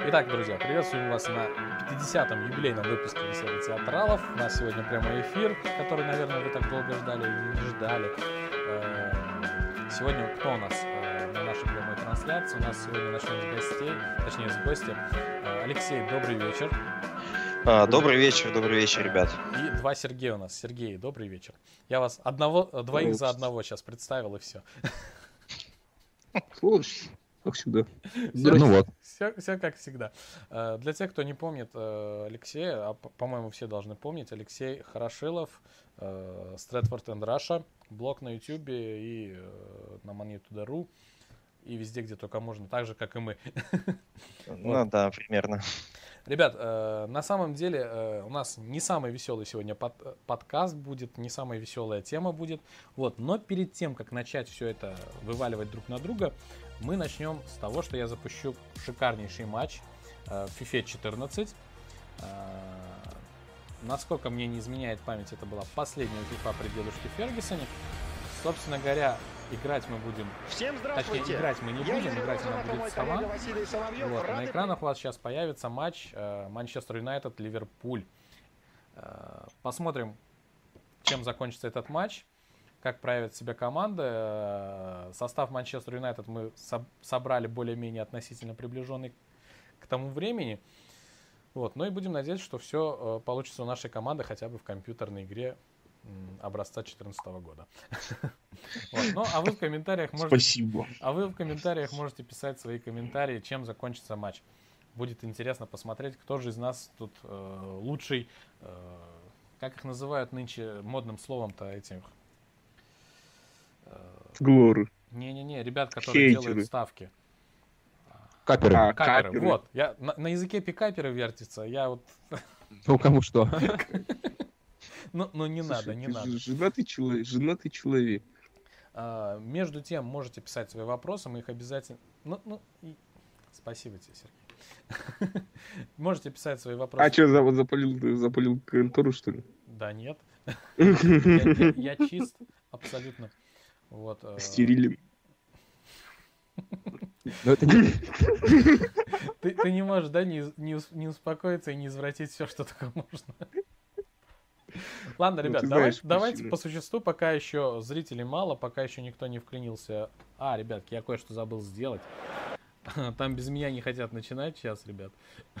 Итак, друзья, приветствую вас на 50-м юбилейном выпуске «Беседы театралов». У нас сегодня прямой эфир, который, наверное, вы так долго ждали и не ждали. Сегодня кто у нас на нашей прямой трансляции? У нас сегодня начнем с гостей, точнее с гостя. Алексей, добрый вечер. Добрый вечер, ребят. И два Сергея у нас. Сергей, добрый вечер. Я вас двоих за одного сейчас представил, и все. Слушай, как всегда. Все как всегда. Для тех, кто не помнит Алексея, а по-моему все должны помнить, Алексей Хорошилов, Stratford and Russia, блог на YouTube и на monetu.ru и везде, где только можно, так же, как и мы. Ну да, примерно. Ребят, на самом деле у нас не самый веселый сегодня подкаст будет, не самая веселая тема будет. Вот. Но перед тем, как начать все это вываливать друг на друга, мы начнем с того, что я запущу шикарнейший матч в FIFA 14. Насколько мне не изменяет память, это была последняя FIFA при дедушке Фергюсоне. Собственно говоря, играть мы будем... Точнее, играть мы не будем, играть она будет сама. Вот. На экранах у вас сейчас появится матч Манчестер Юнайтед Ливерпуль. Посмотрим, чем закончится этот матч, как проявит себя команда. Состав Манчестер Юнайтед мы собрали более-менее относительно приближенный к тому времени. Вот. Ну и будем надеяться, что все получится у нашей команды хотя бы в компьютерной игре образца 2014 года. Вот. Ну, а вы в комментариях можете... Спасибо. А вы в комментариях можете писать свои комментарии, чем закончится матч. Будет интересно посмотреть, кто же из нас тут лучший, как их называют нынче модным словом-то этих... Глоры. Не-не-не, ребят, которые делают ставки. Каперы. Каперы. Вот. Я, на языке пикаперы вертится, я вот... Ну, кому что. Ну, не надо, не надо. Женатый человек. Между тем, можете писать свои вопросы, мы их обязательно... Спасибо тебе, Сергей. Можете писать свои вопросы. А что, запалил контору, что ли? Да нет. Я чист, абсолютно. Вот. Стерилен. Ты не можешь, да, не успокоиться и не извратить все, что только можно. Ладно, ребят, давайте по существу, пока еще зрителей мало, пока еще никто не вклинился. Ребятки, я кое-что забыл сделать. Там без меня не хотят начинать сейчас, ребят.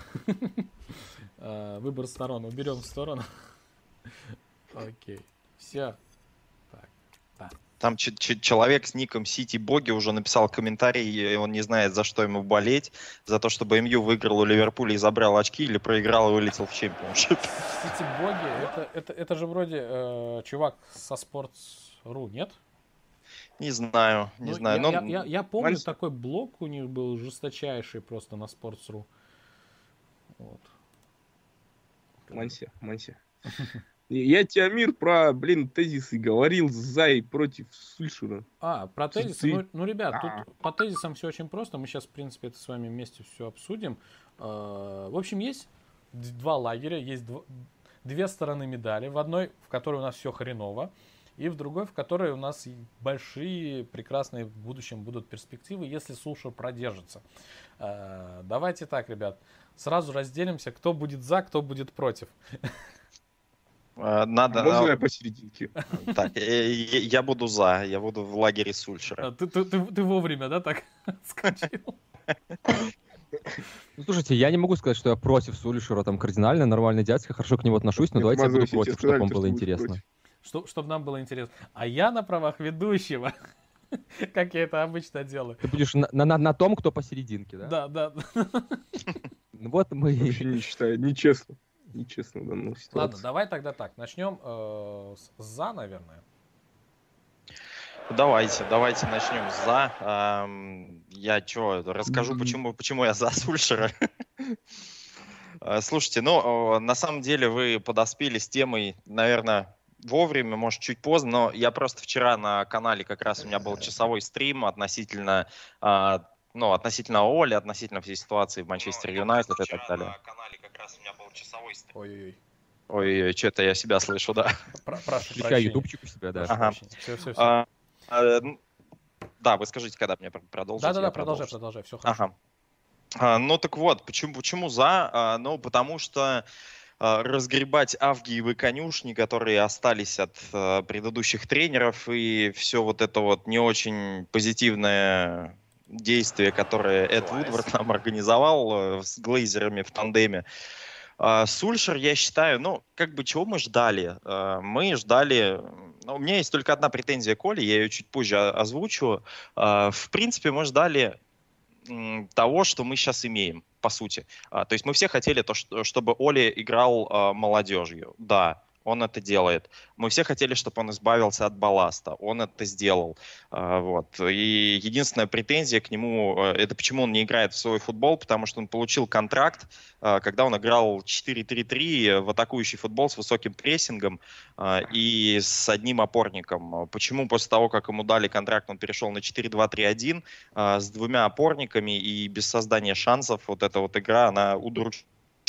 Выбор сторон. Уберем в сторону. Окей. Все. Так. Там человек с ником City Боги уже написал комментарий, и он не знает, за что ему болеть. За то, чтобы МЮ выиграл у Ливерпуля и забрал очки, или проиграл и вылетел в чемпионшип. City Боги, это же вроде чувак со Sports.ru, нет? Не знаю. Я помню, такой блог у них был жесточайший просто на Sports.ru. Вот. Манси. Я тебе, Амир, про, тезисы говорил за и против Сульшера. Про тезисы? Ну, ребят, тут по тезисам все очень просто. Мы сейчас, в принципе, это с вами вместе все обсудим. В общем, есть два лагеря, есть две стороны медали. В одной, в которой у нас все хреново, и в другой, в которой у нас большие, прекрасные в будущем будут перспективы, если Сульшер продержится. Давайте так, ребят, сразу разделимся, кто будет за, кто будет против. Можно я посерединке? Так, я буду за, я буду в лагере Сульшера. Ты вовремя, да, так скачал? Ну, слушайте, я не могу сказать, что я против Сульшера, там кардинально, нормальный дядька, хорошо к нему отношусь, но давайте я буду против, чтобы вам было интересно. Чтобы нам было интересно. А я на правах ведущего, как я это обычно делаю. Ты будешь на том, кто посерединке, да? Да. Вот мы... Вообще не считаю, нечестно. Нечестно в данной ситуации. Ладно, давай тогда так. Начнем с «за», наверное. Давайте начнем с «за». Я расскажу, почему я за Сульшера. Слушайте, на самом деле вы подоспели с темой, наверное, вовремя, может, чуть поздно, но я просто вчера на канале как раз у меня был часовой стрим относительно Оли, относительно всей ситуации в Манчестер Юнайтед и так далее. На канале как раз у меня был часовой стрим. Ой-ой, что-то я себя слышу, да. Прошу прощения. Ютубчик у себя, да. Ага. Все. Да, вы скажите, когда мне продолжить. Да, продолжай, все хорошо. Ну так вот, почему за? Ну потому что разгребать авгиевы конюшни, которые остались от предыдущих тренеров, и все вот это вот не очень позитивное действие, которое Эд Вудвард нам организовал с Глейзерами в тандеме. Сульшер, я считаю, ну, как бы чего мы ждали? Мы ждали... Ну, у меня есть только одна претензия к Оле, я ее чуть позже озвучу. В принципе, мы ждали того, что мы сейчас имеем, по сути. То есть мы все хотели, чтобы Оли играл молодежью. Да, он это делает. Мы все хотели, чтобы он избавился от балласта. Он это сделал. Вот. И единственная претензия к нему, это почему он не играет в свой футбол, потому что он получил контракт, когда он играл 4-3-3 в атакующий футбол с высоким прессингом и с одним опорником. Почему после того, как ему дали контракт, он перешел на 4-2-3-1 с двумя опорниками и без создания шансов? Вот эта вот игра, она удручает.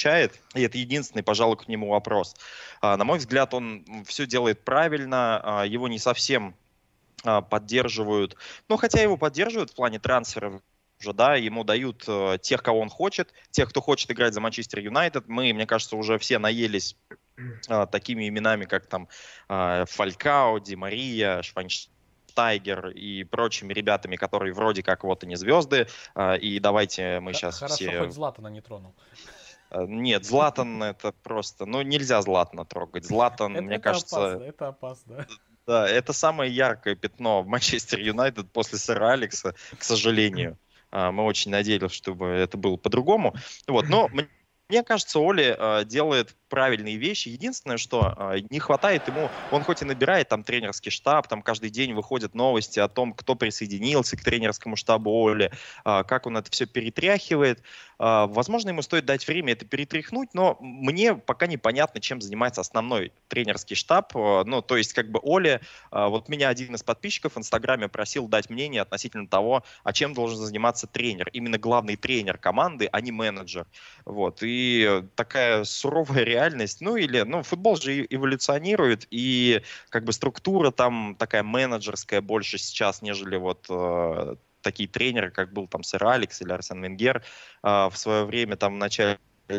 И это единственный, пожалуй, к нему вопрос. На мой взгляд, он все делает правильно, его не совсем поддерживают. Ну, хотя его поддерживают в плане трансферов уже, да, ему дают тех, кого он хочет, тех, кто хочет играть за Манчестер Юнайтед. Мы, мне кажется, уже все наелись такими именами, как там Фалькао, Ди Мария, Швайнштайгер и прочими ребятами, которые вроде как вот они звезды. И давайте мы сейчас хорошо, все... хоть Златана не тронул. Нет, Златан это просто... Ну, нельзя Златана трогать. Златан, мне кажется... Это опасно. Да, это самое яркое пятно в Манчестер Юнайтед после сэра Алекса, к сожалению. Мы очень надеялись, чтобы это было по-другому. Вот, но мне кажется, Оли делает правильные вещи. Единственное, что не хватает ему, он хоть и набирает там тренерский штаб, там каждый день выходят новости о том, кто присоединился к тренерскому штабу Оли, как он это все перетряхивает. Возможно, ему стоит дать время это перетряхнуть, но мне пока непонятно, чем занимается основной тренерский штаб. Ну, то есть, как бы Оли, вот меня один из подписчиков в Инстаграме просил дать мнение относительно того, чем должен заниматься тренер. Именно главный тренер команды, а не менеджер. Вот. И такая суровая реальность. Ну, или, ну, футбол же эволюционирует, и как бы структура там такая менеджерская больше сейчас, нежели вот такие тренеры, как был там сэр Алекс или Арсен Венгер в свое время, там в начале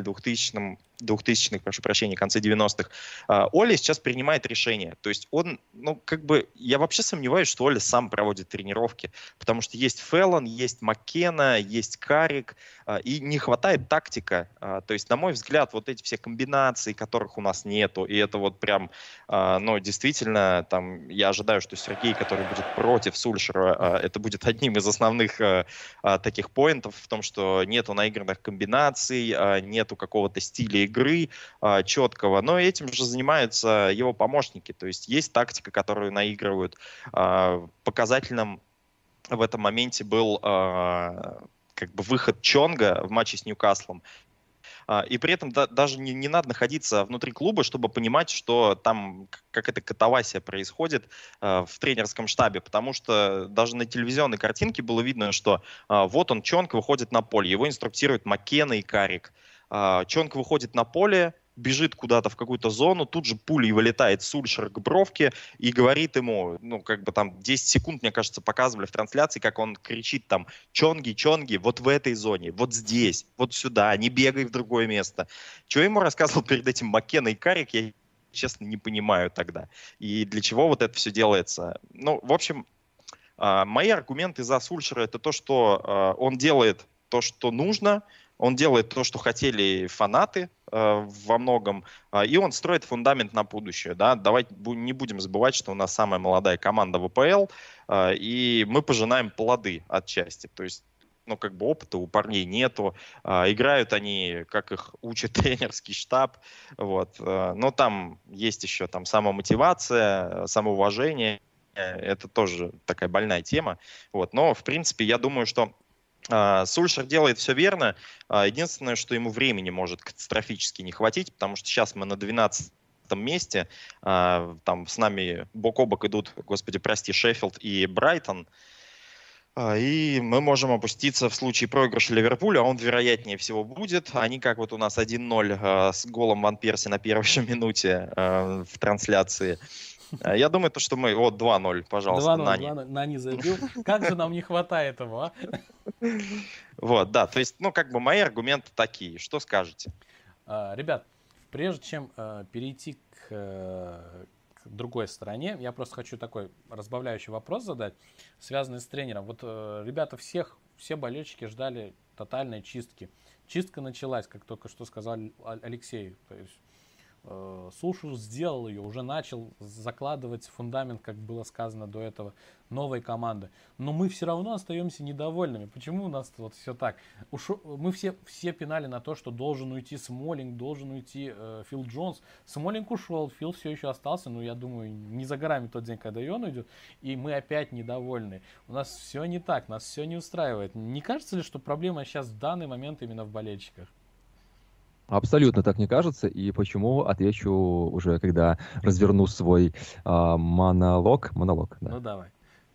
2000-х, прошу прощения, конце 90-х. Оли сейчас принимает решения. То есть он, ну, как бы, я вообще сомневаюсь, что Оли сам проводит тренировки, потому что есть Феллон, есть Маккена, есть Карик, и не хватает тактика. То есть, на мой взгляд, вот эти все комбинации, которых у нас нету, и это вот прям, ну, действительно, там, я ожидаю, что Сергей, который будет против Сульшера, это будет одним из основных таких поинтов в том, что нету наигранных комбинаций, нету какого-то стиля игры четкого, но этим же занимаются его помощники. То есть тактика, которую наигрывают. Показательным в этом моменте был как бы выход Чонга в матче с Ньюкаслом. И при этом даже не надо находиться внутри клуба, чтобы понимать, что там какая-то катавасия происходит в тренерском штабе, потому что даже на телевизионной картинке было видно, что вот он, Чонг, выходит на поле, его инструктируют Маккена и Карик. Чонг выходит на поле, бежит куда-то в какую-то зону, тут же пулей вылетает Сульшер к бровке и говорит ему, ну, как бы там 10 секунд, мне кажется, показывали в трансляции, как он кричит там: Чонги, Чонги, вот в этой зоне, вот здесь, вот сюда, не бегай в другое место. Чего ему рассказывал перед этим Маккена и Карик, я, честно, не понимаю тогда. И для чего вот это все делается? Ну, в общем, мои аргументы за Сульшера — это то, что он делает то, что нужно, он делает то, что хотели фанаты во многом, и он строит фундамент на будущее. Да? Давайте не будем забывать, что у нас самая молодая команда в АПЛ, и мы пожинаем плоды отчасти. То есть, ну, как бы опыта у парней нету. Играют они, как их учит тренерский штаб. Вот. Но там есть еще там самомотивация, самоуважение. Это тоже такая больная тема. Вот. Но, в принципе, я думаю, что Сульшер делает все верно. Единственное, что ему времени может катастрофически не хватить, потому что сейчас мы на 12-м месте. Там с нами бок о бок идут, господи, прости, Шеффилд и Брайтон. И мы можем опуститься в случае проигрыша Ливерпуля, а он вероятнее всего будет. Они как вот у нас 1-0 с голом Ван Перси на первой же минуте в трансляции. Я думаю, что мы... Вот 2-0, пожалуйста, 2-0, Нани. Нани забил. Как же нам не хватает его, а? Вот, да, то есть, мои аргументы такие. Что скажете? Ребят, прежде чем перейти к другой стороне, я просто хочу такой разбавляющий вопрос задать, связанный с тренером. Вот ребята все болельщики ждали тотальной чистки. Чистка началась, как только что сказал Алексей. То есть Сулшер сделал ее, уже начал закладывать фундамент, как было сказано до этого, новой команды. Но мы все равно остаемся недовольными. Почему у нас вот все так? Мы все пинали на то, что должен уйти Смолинг, должен уйти Фил Джонс. Смолинг ушел, Фил все еще остался, но я думаю, не за горами тот день, когда и он уйдет. И мы опять недовольны. У нас все не так, нас все не устраивает. Не кажется ли, что проблема сейчас в данный момент именно в болельщиках? Абсолютно так не кажется, и почему, отвечу уже, когда разверну свой монолог, да. Ну, давай.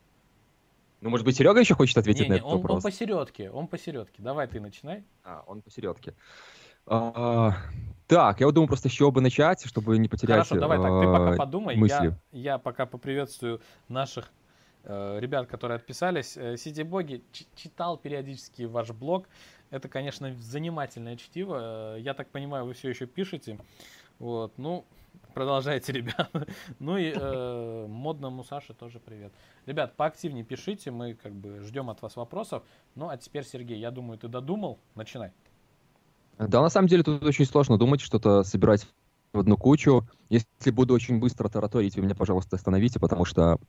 Ну, может быть, Серега еще хочет ответить на этот он вопрос? Он посередке. Давай ты начинай. Он посередке. Так, я вот думаю, просто еще бы начать, чтобы не потерять Хорошо, давай так, ты пока подумай. Мысли. Я пока поприветствую наших ребят, которые отписались. Сити-боги, читал периодически ваш блог. Это, конечно, занимательное чтиво. Я так понимаю, вы все еще пишете. Вот, ну, продолжайте, ребят. Ну и модному Саше тоже привет. Ребят, поактивнее пишите, мы как бы ждем от вас вопросов. Ну, а теперь, Сергей, я думаю, ты додумал. Начинай. Да, на самом деле тут очень сложно думать, что-то собирать в одну кучу. Если буду очень быстро тараторить, вы меня, пожалуйста, остановите, потому что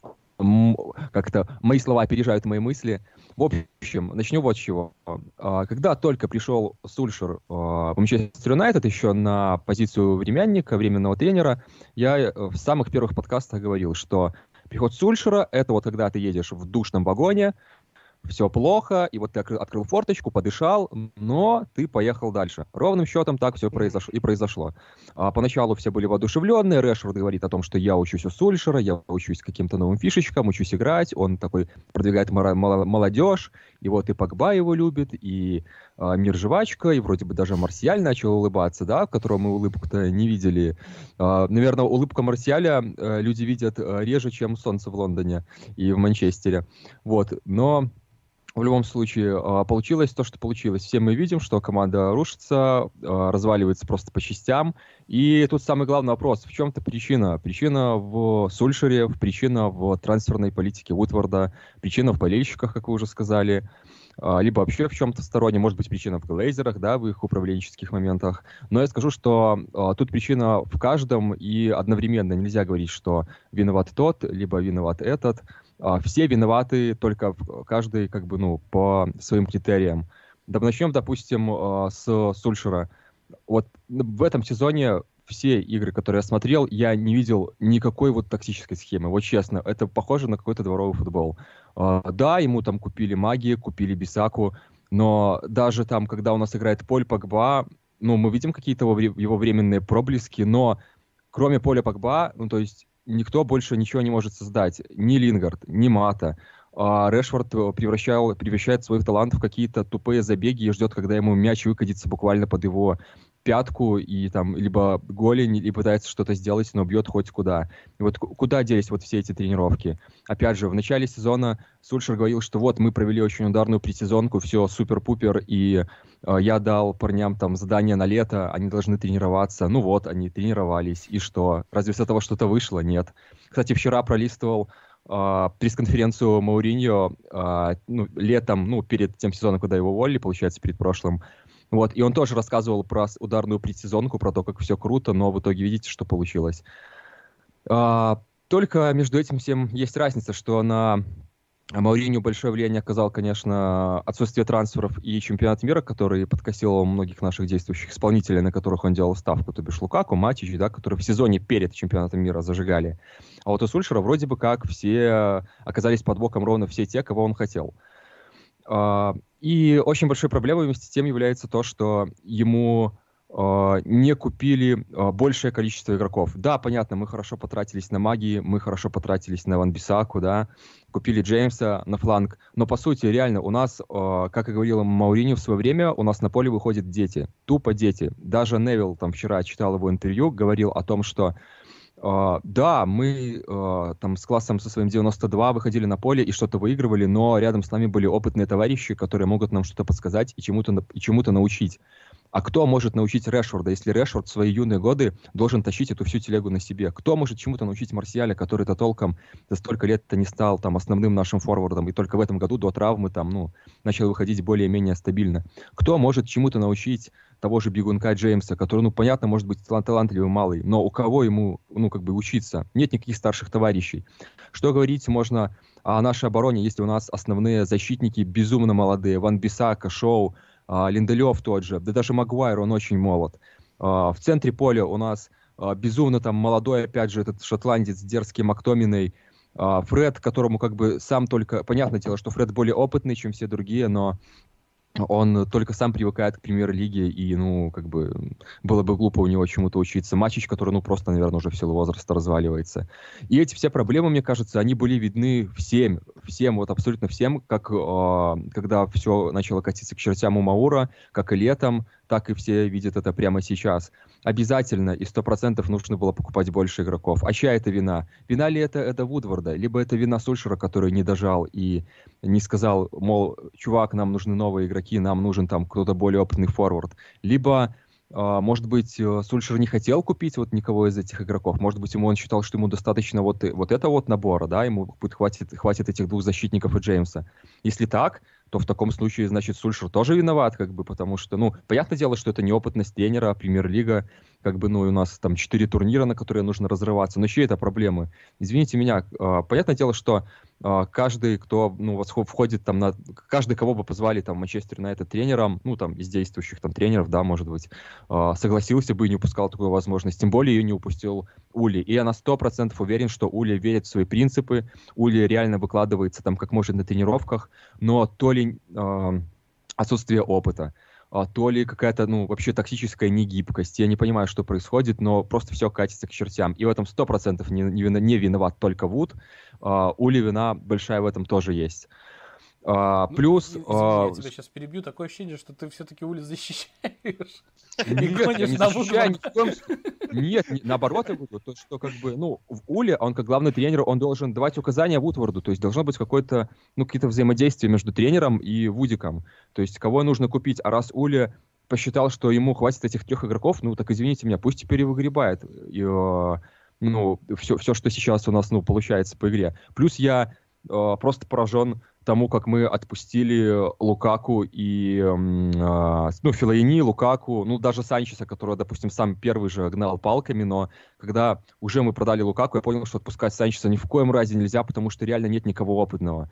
как-то мои слова опережают мои мысли. В общем, начнем вот с чего. Когда только пришел Сульшер в Манчестер Юнайтед, еще на позицию временного тренера, я в самых первых подкастах говорил, что приход Сульшера — это вот когда ты едешь в душном вагоне, все плохо, и вот ты открыл форточку, подышал, но ты поехал дальше. Ровным счетом так все произошло. Поначалу все были воодушевленные, Решфорд говорит о том, что я учусь у Сульшера, я учусь каким-то новым фишечкам, учусь играть, он такой продвигает молодежь, и вот и Погба его любит, и Мир Жвачка, и вроде бы даже Марсиаль начал улыбаться, да, в котором мы улыбку-то не видели. Наверное, улыбка Марсиаля люди видят реже, чем солнце в Лондоне и в Манчестере. Вот, но... В любом случае, получилось то, что получилось. Все мы видим, что команда рушится, разваливается просто по частям. И тут самый главный вопрос. В чем-то причина? Причина в Сульшере, причина в трансферной политике Вудворда, причина в болельщиках, как вы уже сказали, либо вообще в чем-то стороннем. Может быть, причина в Глейзерах, да, в их управленческих моментах. Но я скажу, что тут причина в каждом, и одновременно нельзя говорить, что виноват тот, либо виноват этот. Все виноваты, только каждый как бы, ну, по своим критериям. Да, начнем, допустим, с Сульшера. Вот в этом сезоне все игры, которые я смотрел, я не видел никакой вот токсической схемы. Вот честно, это похоже на какой-то дворовый футбол. Да, ему там купили Маги, купили Бисаку, но даже там, когда у нас играет Поль Погба, ну, мы видим какие-то его временные проблески, но кроме Поля Погба, ну, то есть никто больше ничего не может создать. Ни Лингард, ни Мата. Решфорд превращает своих талантов в какие-то тупые забеги и ждет, когда ему мяч выкатится буквально под его пятку и там либо голень, и пытается что-то сделать, но бьет хоть куда. И вот куда делись вот все эти тренировки? Опять же, в начале сезона Сульшер говорил, что вот мы провели очень ударную предсезонку, все супер-пупер, и я дал парням там задание на лето, они должны тренироваться. Ну вот, они тренировались, и что? Разве с этого что-то вышло? Нет. Кстати, вчера пролистывал пресс-конференцию Мауриньо летом, перед тем сезоном, когда его уволили, получается, перед прошлым. Вот, и он тоже рассказывал про ударную предсезонку, про то, как все круто, но в итоге видите, что получилось. Только между этим всем есть разница, что на Мауриньо большое влияние оказал, конечно, отсутствие трансферов и чемпионат мира, который подкосил у многих наших действующих исполнителей, на которых он делал ставку, то бишь Лукаку, Матич, да, которые в сезоне перед чемпионатом мира зажигали. А вот у Сульшера вроде бы как все оказались под боком ровно все те, кого он хотел. И очень большой проблемой вместе с тем является то, что ему не купили большее количество игроков. Да, понятно, мы хорошо потратились на магии, мы хорошо потратились на Ван-Бисаку, да, купили Джеймса на фланг, но по сути реально у нас, как и говорил Мауриньо в свое время, у нас на поле выходят дети, тупо дети. Даже Невилл, там вчера читал его интервью, говорил о том, что да, мы там с классом со своим 92 выходили на поле и что-то выигрывали, но рядом с нами были опытные товарищи, которые могут нам что-то подсказать и чему-то научить. А кто может научить Решфорда, если Решфорд в свои юные годы должен тащить эту всю телегу на себе? Кто может чему-то научить Марсиаля, который-то толком за столько лет-то не стал там основным нашим форвардом, и только в этом году до травмы там, ну, начал выходить более-менее стабильно? Кто может чему-то научить того же бегунка Джеймса, который, ну, понятно, может быть талантливый малый, но у кого ему, ну, как бы учиться? Нет никаких старших товарищей. Что говорить можно о нашей обороне, если у нас основные защитники безумно молодые? Ван-Бисака, Шоу, Линделев тот же, да даже Магуайр, он очень молод. В центре поля у нас безумно там молодой, опять же, этот шотландец дерзкий Мактоминой, Фред, которому как бы сам только... Понятное дело, что Фред более опытный, чем все другие, но он только сам привыкает к премьер-лиге, и, ну, как бы, было бы глупо у него чему-то учиться. Мачич, который, ну, просто, наверное, уже в силу возраста разваливается. И эти все проблемы, мне кажется, они были видны всем, вот абсолютно всем, как когда все начало катиться к чертям у Маура, как и летом, так и все видят это прямо сейчас. Обязательно и 100% нужно было покупать больше игроков. А чья это вина? Вина ли это Вудварда? Либо это вина Сульшера, который не дожал и не сказал, мол, чувак, нам нужны новые игроки, нам нужен там кто-то более опытный форвард. Либо, может быть, Сульшер не хотел купить вот никого из этих игроков. Может быть, он считал, что ему достаточно вот этого вот набора, да, ему хватит этих двух защитников и Джеймса. Если так, то в таком случае, значит, Сульшер тоже виноват, как бы, потому что, ну, понятное дело, что это неопытность тренера, премьер-лига, как бы, ну, у нас там 4 турнира, на которые нужно разрываться, но чьи это проблемы? Извините меня, понятное дело, что каждый, кто, ну, входит там каждый, кого бы позвали там Манчестер Юнайтед тренером, ну, там, из действующих там тренеров, да, может быть, согласился бы и не упускал такую возможность, тем более ее не упустил Ули, и я на 100% уверен, что Ули верит в свои принципы, Ули реально выкладывается там как может на тренировках, но то ли отсутствие опыта, то ли какая-то, ну, вообще токсическая негибкость. Я не понимаю, что происходит, но просто все катится к чертям. И в этом 100% не виноват только Вуд. Ули вина большая в этом тоже есть. Плюс... Извини, я тебя сейчас перебью. Такое ощущение, что ты все-таки Ули защищаешь. Нет, я не защищаю ни в коем случае. Нет, наоборот, я буду. То, что как бы, ну, в Уле, он как главный тренер, он должен давать указания Вудварду. То есть должно быть какое-то, ну, какие-то взаимодействия между тренером и Вудиком. То есть кого нужно купить. А раз Уле посчитал, что ему хватит этих 3 игроков, ну, так извините меня, пусть теперь и выгребает. И, ну, все, что сейчас у нас, ну, получается по игре. Плюс я просто поражен тому, как мы отпустили Лукаку и, ну, Фелайни, Лукаку, ну, даже Санчеса, которого, допустим, сам первый же гнал палками, но когда уже мы продали Лукаку, я понял, что отпускать Санчеса ни в коем разе нельзя, потому что реально нет никого опытного.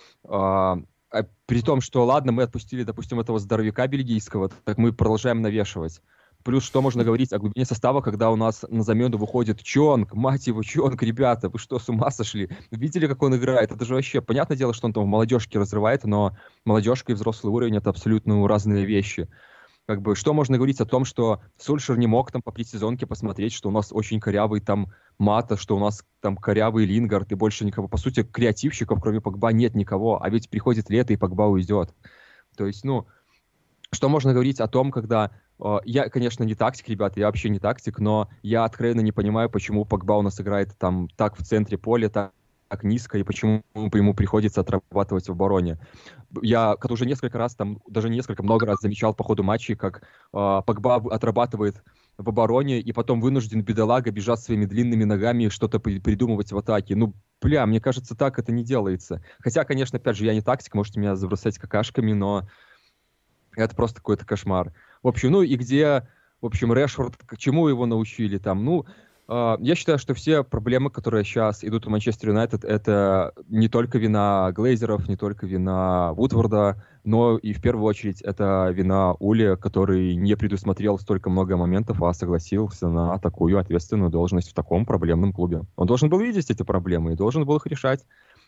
При том, что, ладно, мы отпустили, допустим, этого здоровяка бельгийского, так мы продолжаем навешивать. Плюс, что можно говорить о глубине состава, когда у нас на замену выходит Чонг, мать его, Чонг, ребята, вы что, с ума сошли? Вы видели, как он играет? Это же вообще, понятное дело, что он там в молодежке разрывает, но молодежка и взрослый уровень — это абсолютно разные вещи. Как бы, что можно говорить о том, что Сульшер не мог там по предсезонке посмотреть, что у нас очень корявый там Мата, что у нас там корявый Лингард, и больше никого, по сути, креативщиков, кроме Погба, нет никого, а ведь приходит лето, и Погба уйдет. То есть, ну, что можно говорить о том, когда... Я, конечно, не тактик, ребята, я вообще не тактик, но я откровенно не понимаю, почему Погба у нас играет там так в центре поля, так низко, и почему ему приходится отрабатывать в обороне. Я уже несколько раз, там, даже много раз замечал по ходу матчей, как Погба отрабатывает в обороне, и потом вынужден, бедолага, бежать своими длинными ногами и что-то придумывать в атаке. Ну, бля, мне кажется, так это не делается. Хотя, конечно, опять же, я не тактик, можете меня забросать какашками, но это просто какой-то кошмар. В общем, ну и где, в общем, Решфорд, чему его научили там? Ну, я считаю, что все проблемы, которые сейчас идут у Манчестер Юнайтед, это не только вина Глейзеров, не только вина Вудварда, но и в первую очередь это вина Ули, который не предусмотрел столько много моментов, а согласился на такую ответственную должность в таком проблемном клубе. Он должен был видеть эти проблемы и должен был их решать.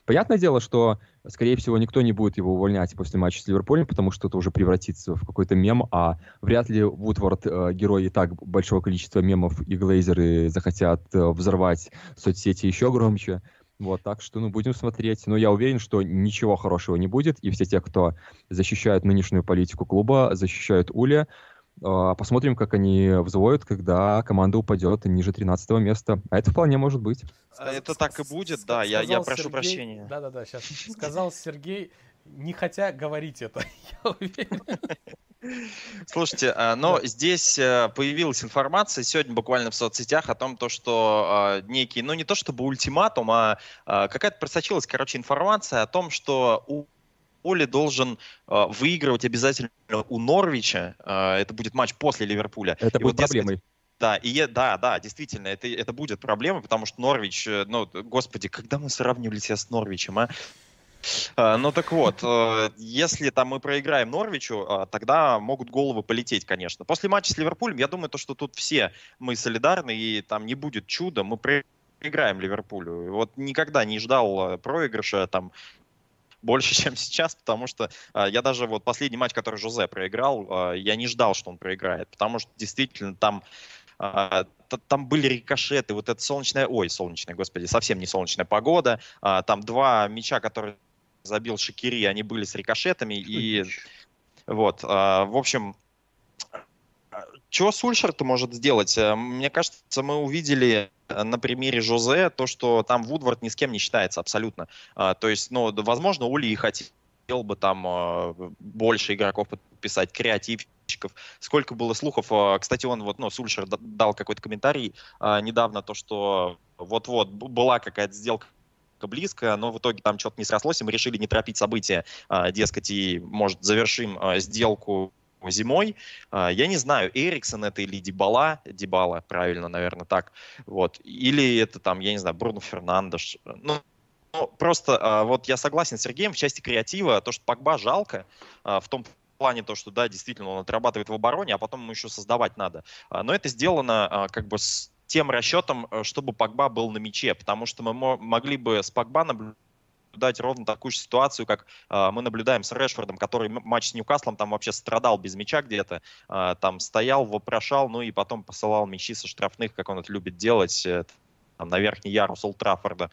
Понятное дело, что, скорее всего, никто не будет его увольнять после матча с Ливерпулем, потому что это уже превратится в какой-то мем, а вряд ли Вудвард, герой и так большого количества мемов, и глейзеры захотят взорвать соцсети еще громче. Вот, так что, будем смотреть. Но я уверен, что ничего хорошего не будет, и все те, кто защищают нынешнюю политику клуба, защищают Ули. Посмотрим, как они взвоют, когда команда упадет ниже 13 места. А это вполне может быть. Это так и будет, да, я прошу прощения. Да-да-да, сейчас. Сказал Сергей, не хотя говорить это, я уверен. Слушайте, но здесь появилась информация сегодня буквально в соцсетях о том, что некий, не то чтобы ультиматум, а какая-то просочилась, информация о том, что Оли должен выигрывать обязательно у Норвича. Это будет матч после Ливерпуля. Это будет проблемой. Да, действительно, это будет проблемой, потому что Норвич, господи, когда мы сравнивали себя с Норвичем, а? Так вот, если там мы проиграем Норвичу, тогда могут головы полететь, конечно. После матча с Ливерпулем, я думаю, что тут все мы солидарны, и там не будет чуда, мы проиграем Ливерпулю. Вот никогда не ждал проигрыша там больше, чем сейчас, потому что я даже последний матч, который Жозе проиграл, я не ждал, что он проиграет, потому что действительно там были рикошеты, это солнечная, господи, совсем не солнечная погода, там два мяча, которые забил Шакири, они были с рикошетами, и в общем, что Сульшер-то может сделать? Мне кажется, мы увидели на примере Жозе то, что там Вудвард ни с кем не считается абсолютно. То есть, возможно, Ули и хотел бы там больше игроков подписать, креативщиков. Сколько было слухов, кстати, Сульшер дал какой-то комментарий недавно, то, что вот-вот была какая-то сделка близко, но в итоге там что-то не срослось, и мы решили не торопить события, дескать, и, может, завершим сделку зимой. Я не знаю, Эриксон это или Дибала, правильно, наверное, так. Или это там, я не знаю, Бруно Фернандеш. Просто я согласен с Сергеем в части креатива, то, что Погба жалко, в том плане то, что, да, действительно, он отрабатывает в обороне, а потом ему еще создавать надо. Но это сделано с тем расчетом, чтобы Погба был на мяче, потому что мы могли бы с Погба наблюдать ровно такую же ситуацию, как мы наблюдаем с Решфордом, который матч с Ньюкаслом там вообще страдал без мяча где-то, там стоял, вопрошал, и потом посылал мячи со штрафных, как он это любит делать, там, на верхний ярус Олд Траффорда.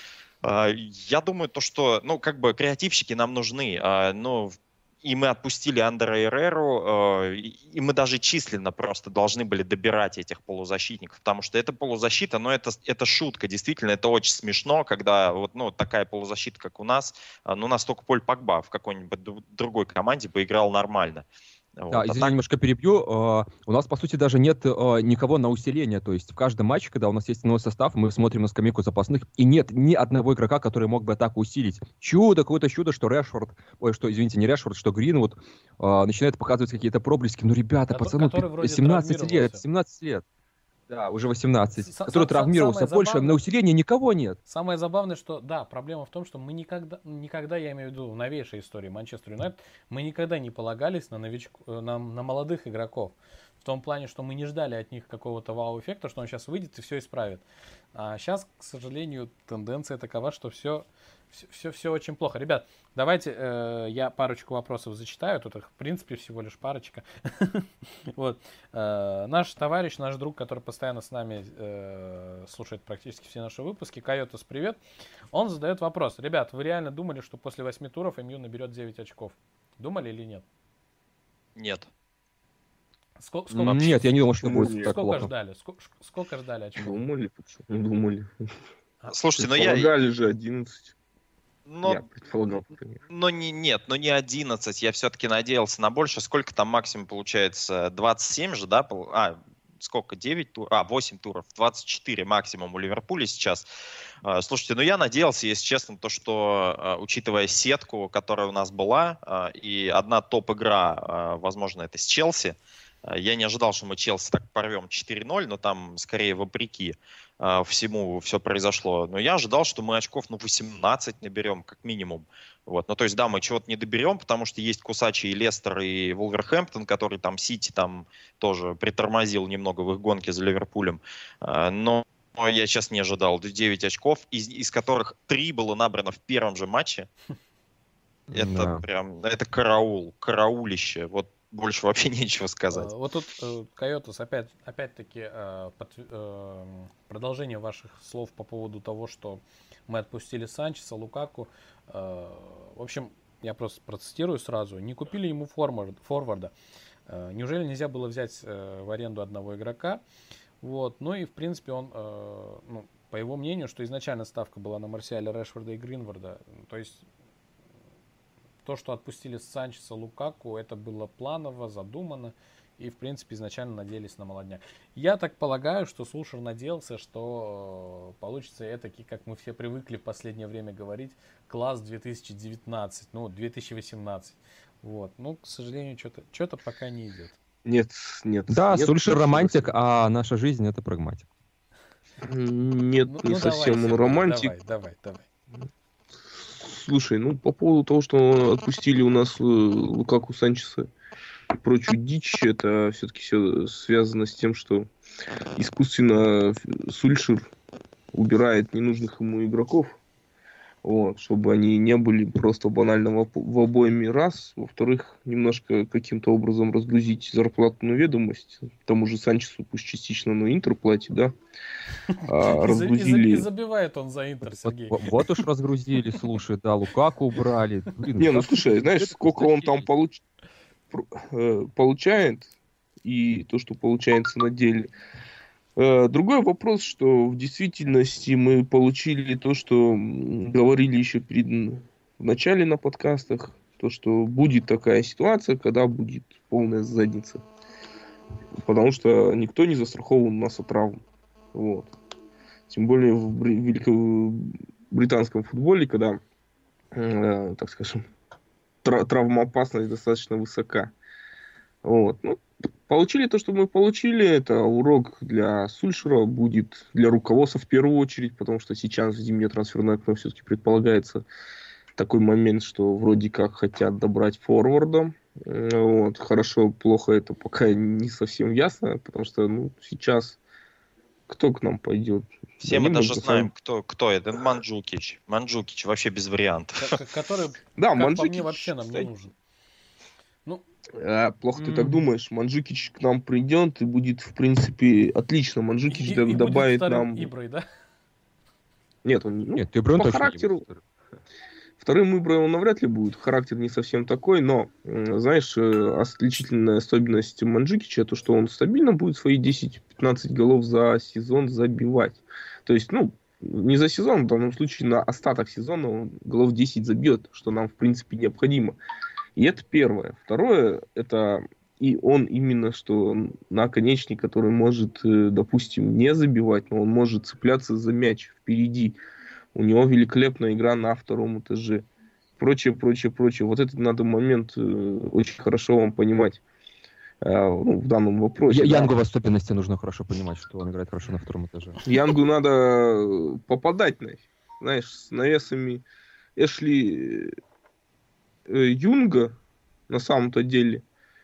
Я думаю, то, что, креативщики нам нужны, и мы отпустили Андера Эреру, и мы даже численно просто должны были добирать этих полузащитников, потому что это полузащита, это шутка, действительно, это очень смешно, когда такая полузащита, как у нас, у нас только Поль Погба в какой-нибудь другой команде поиграл нормально. Да, извини, немножко перебью. У нас, по сути, даже нет никого на усиление. То есть в каждом матче, когда у нас есть новый состав, мы смотрим на скамейку запасных, и нет ни одного игрока, который мог бы атаку усилить. Какое-то чудо, что что Гринвуд начинает показывать какие-то проблески. Ребята, пацаны, 17 лет. Да, уже 18. Который травмировался больше, на усиление никого нет. Самое забавное, что, да, проблема в том, что мы никогда, я имею в виду в новейшей истории Манчестер Юнайтед, мы никогда не полагались на молодых игроков. В том плане, что мы не ждали от них какого-то вау-эффекта, что он сейчас выйдет и все исправит. А сейчас, к сожалению, тенденция такова, что все очень плохо. Ребят, давайте я парочку вопросов зачитаю. Тут их, в принципе, всего лишь парочка. Наш товарищ, наш друг, который постоянно с нами слушает практически все наши выпуски, Койотас, привет. Он задает вопрос. Ребят, вы реально думали, что после 8 туров МЮ наберет 9 очков? Думали или нет? Нет. Нет, я не думал, что будет так плохо. Сколько ждали очков? Думали. Слушайте, предполагали же 11. Я предполагал, не 11. Я все-таки надеялся на больше. Сколько там максимум получается? 27 же, да? Сколько? 9 туров? 8 туров. 24 максимум у Ливерпуля сейчас. Слушайте, я надеялся, если честно, то, что, учитывая сетку, которая у нас была, и одна топ-игра, возможно, это с Челси, я не ожидал, что мы Челси так порвем 4-0, но там скорее вопреки всему все произошло. Но я ожидал, что мы очков 18 наберем, как минимум. То есть, да, мы чего-то не доберем, потому что есть кусачие Лестер и Вулверхэмптон, который там Сити там тоже притормозил немного в их гонке за Ливерпулем. Но я сейчас не ожидал. 9 очков, из которых 3 было набрано в первом же матче. Это прям, это караулище. Вот больше вообще нечего сказать. Вот тут, Койотос, опять-таки, продолжение ваших слов по поводу того, что мы отпустили Санчеса, Лукаку. В общем, я просто процитирую сразу. Не купили ему форварда. Неужели нельзя было взять в аренду одного игрока? Вот. Ну и, в принципе, он, по его мнению, что изначально ставка была на Марсиаля, Решфорда и Гринварда. То есть то, что отпустили Санчеса, Лукаку, это было планово, задумано. И, в принципе, изначально надеялись на молодняк. Я так полагаю, что Сулшер надеялся, что получится этакий, как мы все привыкли в последнее время говорить, класс 2019, 2018. Вот. Ну, к сожалению, что-то пока не идет. Нет. Да, нет, Сульшер романтик, а наша жизнь — это прагматик. Нет, не совсем он романтик. Давай. Слушай, по поводу того, что отпустили у нас Лукаку, Санчеса и прочую дичь, это все-таки все связано с тем, что искусственно Сульшер убирает ненужных ему игроков, вот, чтобы они не были просто банально в обоими раз. Во-вторых, немножко каким-то образом разгрузить зарплатную ведомость. Тому же Санчесу, пусть частично, но Интер платит, да. Разгрузили. И забивает он за Интер, Сергей. Вот уж разгрузили, слушай, да, Лукаку убрали. Не, слушай, знаешь, сколько он там получает, и то, что получается на деле. Другой вопрос, что в действительности мы получили то, что говорили еще в начале на подкастах, то, что будет такая ситуация, когда будет полная задница. Потому что никто не застрахован у нас от травм. Вот. Тем более в британском футболе, когда, так скажем, травмоопасность достаточно высока. Вот. Получили то, что мы получили. Это урок для Сульшера, будет для руководства в первую очередь, потому что сейчас в зимнее трансферное окно все-таки предполагается такой момент, что вроде как хотят добрать форварда. Вот. Хорошо, плохо, это пока не совсем ясно, потому что сейчас кто к нам пойдет? Все мы даже знаем, кто это. Манджукич. Манджукич вообще без вариантов. Который, да, Манджукич, по мне, вообще нам не нужен. Плохо ты так думаешь. Манджукич к нам придет и будет, в принципе, отлично. Манджукич добавит нам... Иброй, да? Нет, он Нет, Иброй по характеру. Вторым Иброй он навряд ли будет. Характер не совсем такой, но, знаешь, отличительная особенность Манджукича то, что он стабильно будет свои 10-15 голов за сезон забивать. То есть, не за сезон, в данном случае на остаток сезона он голов 10 забьет, что нам, в принципе, необходимо. И это первое. Второе, это и он именно что наконечник, который может, допустим, не забивать, но он может цепляться за мяч впереди. У него великолепная игра на втором этаже. Прочее. Вот этот надо момент очень хорошо вам понимать в данном вопросе. Янгу в особенности нужно хорошо понимать, что он играет хорошо на втором этаже. Янгу надо попадать, знаешь, с навесами Эшли Юнга, на самом-то деле,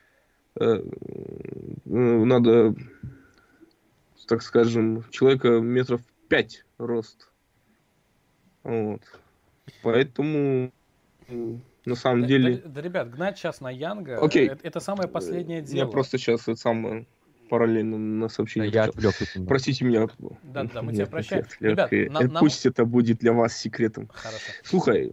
надо, так скажем, человека метров 5 рост. Вот. Поэтому, на самом деле... Да, ребят, гнать сейчас на Янга, это самое последнее дело. Я просто сейчас это самое... параллельно на сообщение. Я отвлекся. Простите меня. Да, мы тебя прощаем. Ребят, пусть это будет для вас секретом. Хорошо. Слушай,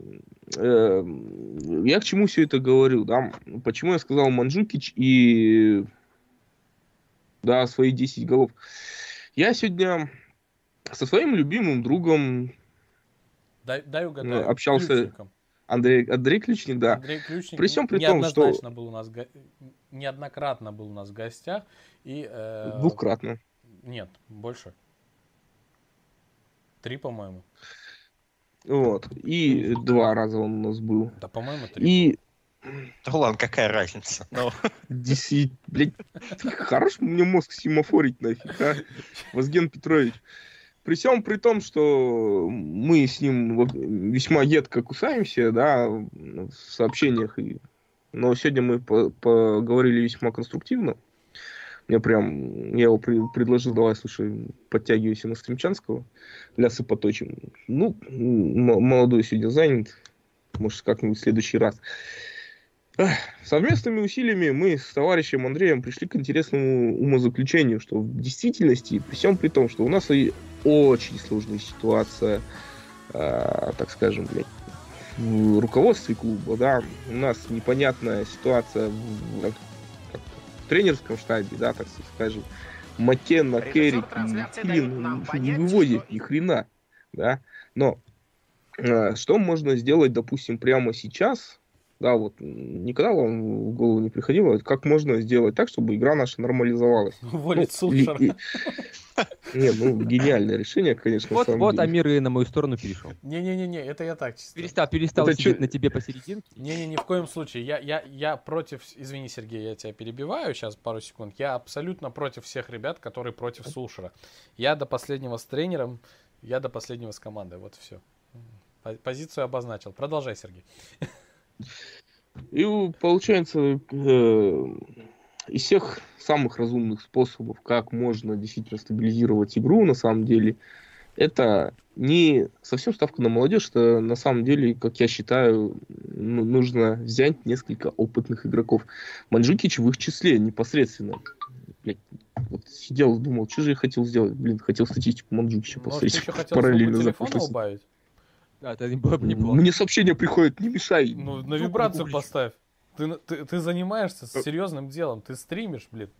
я к чему все это говорю, да? Почему я сказал Манджукич и свои 10 голов? Я сегодня со своим любимым другом общался. Ключником. Андрей Ключник, да. Андрей Ключник при всем при том, что неоднократно был у нас в гостях. И, двукратно. Нет, больше. 3, по-моему. Вот. И 2 раза он у нас был. Да, по-моему, 3. И... Да ладно, какая разница? Действительно, блядь, хорош мне мозг семафорить нафиг, а? Возген Петрович. При всем при том, что мы с ним весьма едко кусаемся, да, в сообщениях. Но сегодня мы поговорили весьма конструктивно. Я его предложил, давай, слушай, подтягивайся на Стремчанского, лясы поточим. Ну, молодой сегодня занят, может, как-нибудь в следующий раз. Совместными усилиями мы с товарищем Андреем пришли к интересному умозаключению, что в действительности, при всем при том, что у нас и очень сложная ситуация, так скажем, в руководстве клуба, да, у нас непонятная ситуация в тренерском штабе, да, так скажем, Маккенна, Керрик и Флинн не выводят ни хрена, да, но что можно сделать, допустим, прямо сейчас, да, вот никогда вам в голову не приходило, как можно сделать так, чтобы игра наша нормализовалась? Уволить Сулшера. Нет, гениальное решение, конечно. Вот Амир и на мою сторону перешел. Не-не-не, это я так чисто. Перестал сидеть на тебе посерединке. Не-не, ни в коем случае. Я против, извини, Сергей, я тебя перебиваю сейчас пару секунд. Я абсолютно против всех ребят, которые против Сулшера. Я до последнего с тренером, я до последнего с командой. Вот все. Позицию обозначил. Продолжай, Сергей. И получается, из всех самых разумных способов, как можно действительно стабилизировать игру, на самом деле, это не совсем ставка на молодежь, это на самом деле, как я считаю, нужно взять несколько опытных игроков. Манджукич в их числе непосредственно. Вот сидел, думал, что же я хотел сделать? Хотел статистику Манджукича посмотреть параллельно за прошлой убавить? Да, это было бы неплохо. Мне сообщение приходит, не мешай. Ну, на вибрацию поставь. Ты занимаешься серьезным делом, ты стримишь, блин.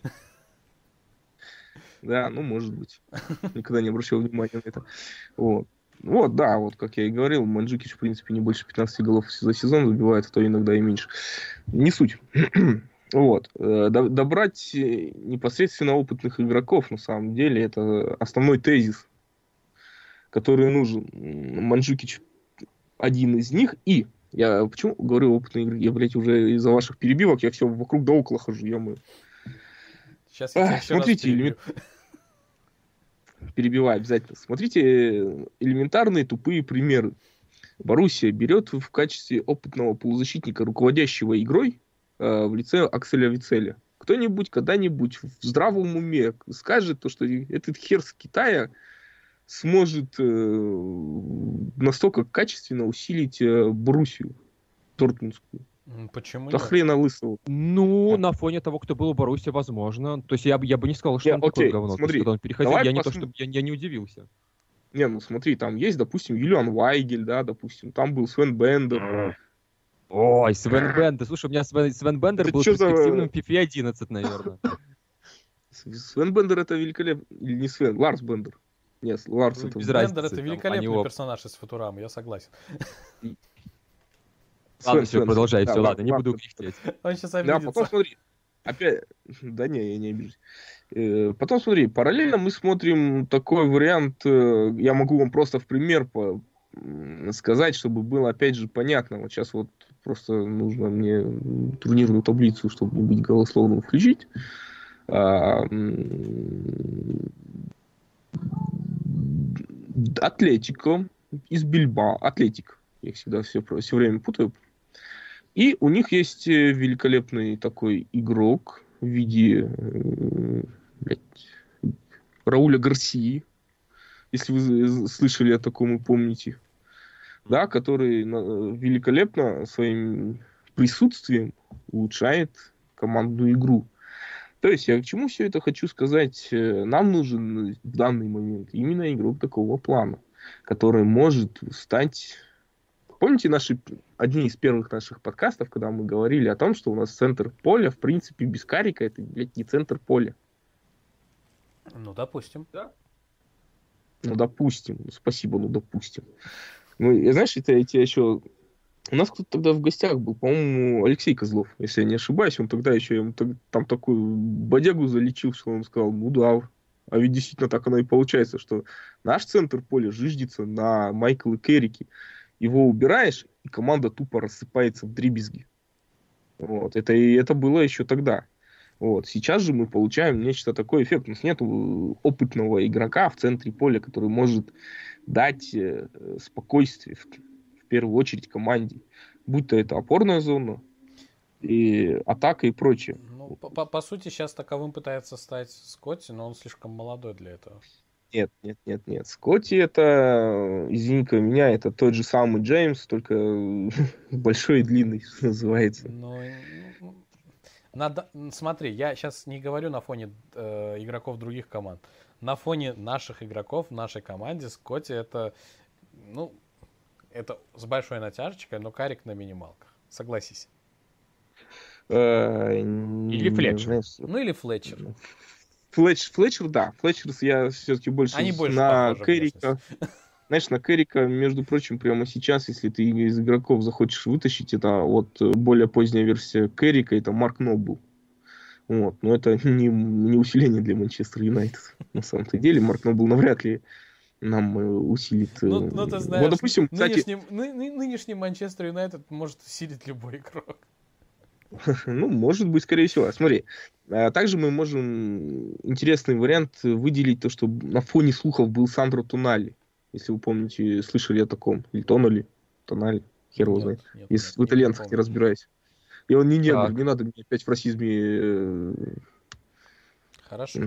Да, может быть. Никогда не обращал внимания на это. Вот, да, вот как я и говорил, Манджукич, в принципе, не больше 15 голов за сезон забивает, а то иногда и меньше. Не суть. Вот. Добрать непосредственно опытных игроков, на самом деле, это основной тезис, который нужен. Манджукич один из них. И я почему говорю опытные игроки? Я, блядь, уже из-за ваших перебивок, я все вокруг да около хожу, ё-моё. Сейчас я тебя еще смотрите, перебиваю обязательно. Смотрите элементарные тупые примеры. Боруссия берет в качестве опытного полузащитника, руководящего игрой, в лице Акселя Вицеля. Кто-нибудь когда-нибудь в здравом уме скажет, то, что этот хер с Китая сможет настолько качественно усилить Боруссию Дортмундскую. Почему нет? Хрена лысого. На фоне того, кто был у Боруссии, возможно. То есть я бы не сказал, что он такое говно. Смотри, когда он переходил, я не удивился. Смотри, там есть, допустим, Юлиан Вайгель, да, допустим, там был Свен Бендер. Ой, Свен Бендер. Слушай, у меня Свен Бендер был перспективным в FIFA 11, наверное. Свен Бендер это великолепно. Или не Свен, Ларс Бендер. Нет, Ларс это... Бендер это великолепный персонаж из Футурамы, я согласен. Ладно, все, продолжай, все, ладно, не буду кричать. Он сейчас обидится. Да, потом смотри, опять... Да не, я не обижусь. Потом смотри, параллельно мы смотрим такой вариант, я могу вам просто в пример сказать, чтобы было опять же понятно. Вот сейчас вот просто нужно мне турнирную таблицу, чтобы не быть голословным, включить. Атлетико из Бильбао. Атлетик. Я их всегда все время путаю. И у них есть великолепный такой игрок в виде Рауля Гарсии. Если вы слышали о таком и помните. Да, который великолепно своим присутствием улучшает командную игру. То есть, я к чему все это хочу сказать? Нам нужен в данный момент именно игрок такого плана, который может стать... Помните одни из первых наших подкастов, когда мы говорили о том, что у нас центр поля, в принципе, без Карика, это, блядь, не центр поля. Ну, допустим. Да. Допустим. Спасибо, допустим. Знаешь, это я тебя еще... У нас кто-то тогда в гостях был, по-моему, Алексей Козлов, если я не ошибаюсь. Он тогда еще ему там такую бодягу залечил, что он сказал, да, а ведь действительно так оно и получается, что наш центр поля жиждется на Майкла Керрике. Его убираешь, и команда тупо рассыпается в дребезги. Вот. Это было еще тогда. Вот. Сейчас же мы получаем нечто такое эффект. У нас нет опытного игрока в центре поля, который может дать спокойствие в первую очередь команде. Будь то это опорная зона, и атака и прочее. Ну, по сути, сейчас таковым пытается стать Скотти, но он слишком молодой для этого. Нет. Скотти это, извини-ка меня, это тот же самый Джеймс, только большой и длинный, что называется. Смотри, я сейчас не говорю на фоне игроков других команд. На фоне наших игроков в нашей команде Скотти это с большой натяжечкой, но карик на минималках. Согласись. Или Флетчер. Или Флетчер. Флетчер, да. Флетчер я все-таки больше на Керрика. Знаешь, на Керрика, между прочим, прямо сейчас, если ты из игроков захочешь вытащить, это вот более поздняя версия Керрика, это Марк Нобл. Вот. Но это не усиление для Манчестер Юнайтед. На самом-то деле, Марк Нобл навряд ли нам усилит. Ну, ты знаешь, вот, допустим, нынешний Манчестер Юнайтед может усилить любой игрок. Ну, может быть, скорее всего. Смотри, также мы можем интересный вариант выделить то, что на фоне слухов был Сандро Тонали. Если вы помните, слышали о таком. Или Тонали, хер его знает. В итальянцах не разбираюсь. И он не негр, не надо мне опять в расизме Хорошо.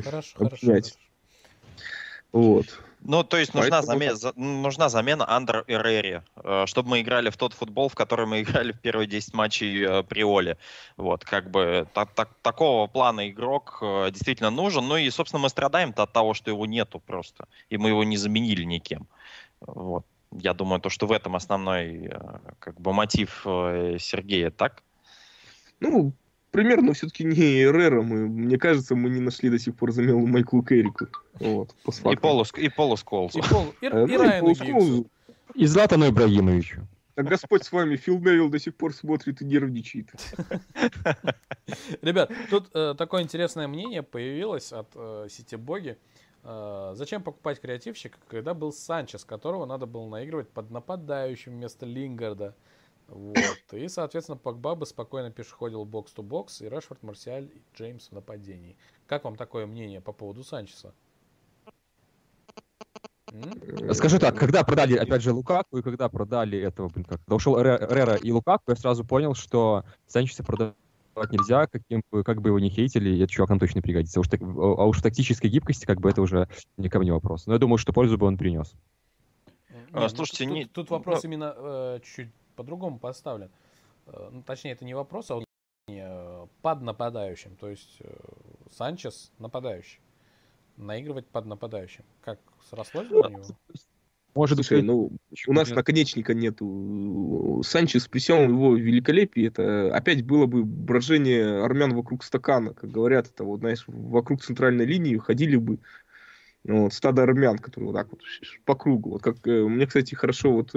Вот. Ну, то есть нужна замена Андре Эррере, чтобы мы играли в тот футбол, в который мы играли в первые 10 матчей при Оле. Вот, как бы такого плана игрок действительно нужен. Ну и, собственно, мы страдаем от того, что его нету просто. И мы его не заменили никем. Вот. Я думаю, что в этом основной как бы мотив Сергея, так? Ну, примерно все-таки не Эррера. Мне кажется, мы не нашли до сих пор замену Майклу Керрику. Вот, и Полу Сколсу. И Райану Гиггсу. И Златану Ибрагимовичу. А Господь с вами, Фил Невилл до сих пор смотрит и нервничает. Ребят, тут такое интересное мнение появилось от Ситибоги. Зачем покупать креативщика, когда был Санчес, которого надо было наигрывать под нападающим вместо Лингарда? Вот. И, соответственно, Погба бы спокойно пешеходил бокс-то-бокс, и Решфорд, Марсиаль и Джеймс в нападении. Как вам такое мнение по поводу Санчеса? Скажу так, когда продали, опять же, Лукаку, и когда продали этого, когда ушел Эррера и Лукаку, я сразу понял, что Санчеса продавать нельзя, как бы его не хейтили, и этот чувак нам точно пригодится. А уж в тактической гибкости, как бы, это уже не ко мне вопрос. Но я думаю, что пользу бы он принес. Слушайте, тут вопрос именно чуть-чуть по-другому поставлен. Точнее, это не вопрос, а под нападающим. То есть Санчес нападающий. Наигрывать под нападающим. Как, срослось бы у него? Может быть, у нас наконечника нету. Санчес при всем его великолепии, это опять было бы брожение армян вокруг стакана, как говорят, это вот, знаешь, вокруг центральной линии ходили бы стадо армян, которые вот так вот по кругу. Вот как мне, кстати, хорошо вот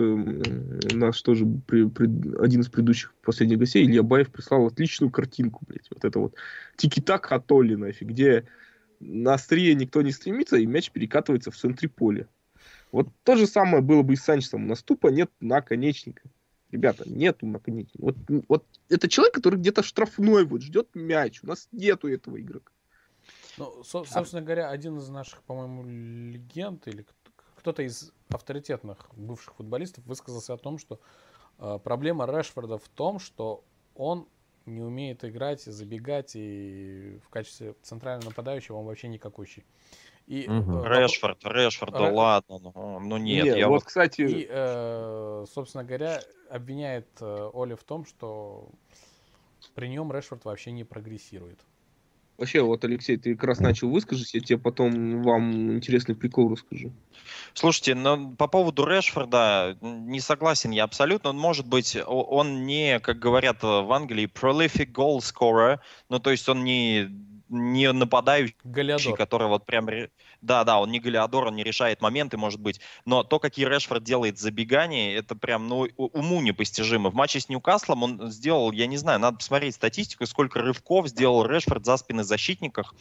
наш тоже один из предыдущих последних гостей, Илья Баев, прислал отличную картинку, блядь. Вот это вот тики-так Хатоли, нафиг, где на острие никто не стремится, и мяч перекатывается в центре поля. Вот то же самое было бы и с Санчесом. У нас тупо нет наконечника. Ребята, нету наконечника. Вот это человек, который где-то штрафной вот ждет мяч. У нас нету этого игрока. Ну, собственно говоря, один из наших, по-моему, легенд или кто-то из авторитетных бывших футболистов высказался о том, что проблема Решфорда в том, что он не умеет играть, забегать, и в качестве центрального нападающего он вообще никакущий. И, Решфорд, да ладно, ну нет. Я вот, кстати... И, собственно говоря, обвиняет Оли в том, что при нем Решфорд вообще не прогрессирует. Вообще, вот, Алексей, ты как раз начал выскажись, я тебе потом вам интересный прикол расскажу. Слушайте, по поводу Решфорда не согласен я абсолютно. Он, может быть, он не, как говорят в Англии, prolific goal scorer, ну, то есть он не нападающий, Голиадор. который вот прям... Да, он не голиадор, он не решает моменты, может быть. Но то, какие Решфорд делает забегания, это прям, уму непостижимо. В матче с Ньюкаслом он сделал, я не знаю, надо посмотреть статистику, сколько рывков сделал Решфорд за спины защитников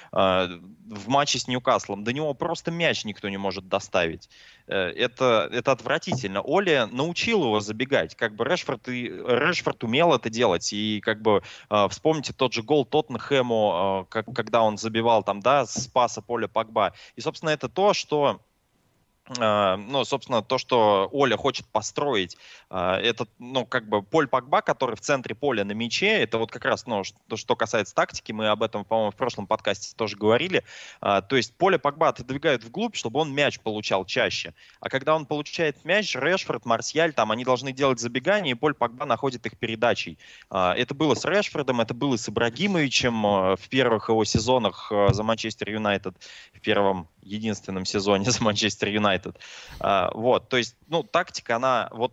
в матче с Ньюкаслом. До него просто мяч никто не может доставить. Это отвратительно. Оли научил его забегать. Как бы Решфорд умел это делать. И как бы вспомните тот же гол Тоттенхэму, когда он забивал там, да, с паса Поля Погба. И, собственно, это то, что ну, собственно, то, что Оля хочет построить, это, ну, как бы Поль Погба, который в центре поля на мяче, это вот как раз, ну, что касается тактики, мы об этом, по-моему, в прошлом подкасте тоже говорили, то есть Поля Погба отодвигают вглубь, чтобы он мяч получал чаще, а когда он получает мяч, Решфорд, Марсиаль, там, они должны делать забегания, и Поль Погба находит их передачей. Это было с Решфордом, это было с Ибрагимовичем в первых его сезонах за Манчестер Юнайтед, в первом единственном сезоне за Манчестер Юнайтед. Вот, то есть, ну, тактика, она вот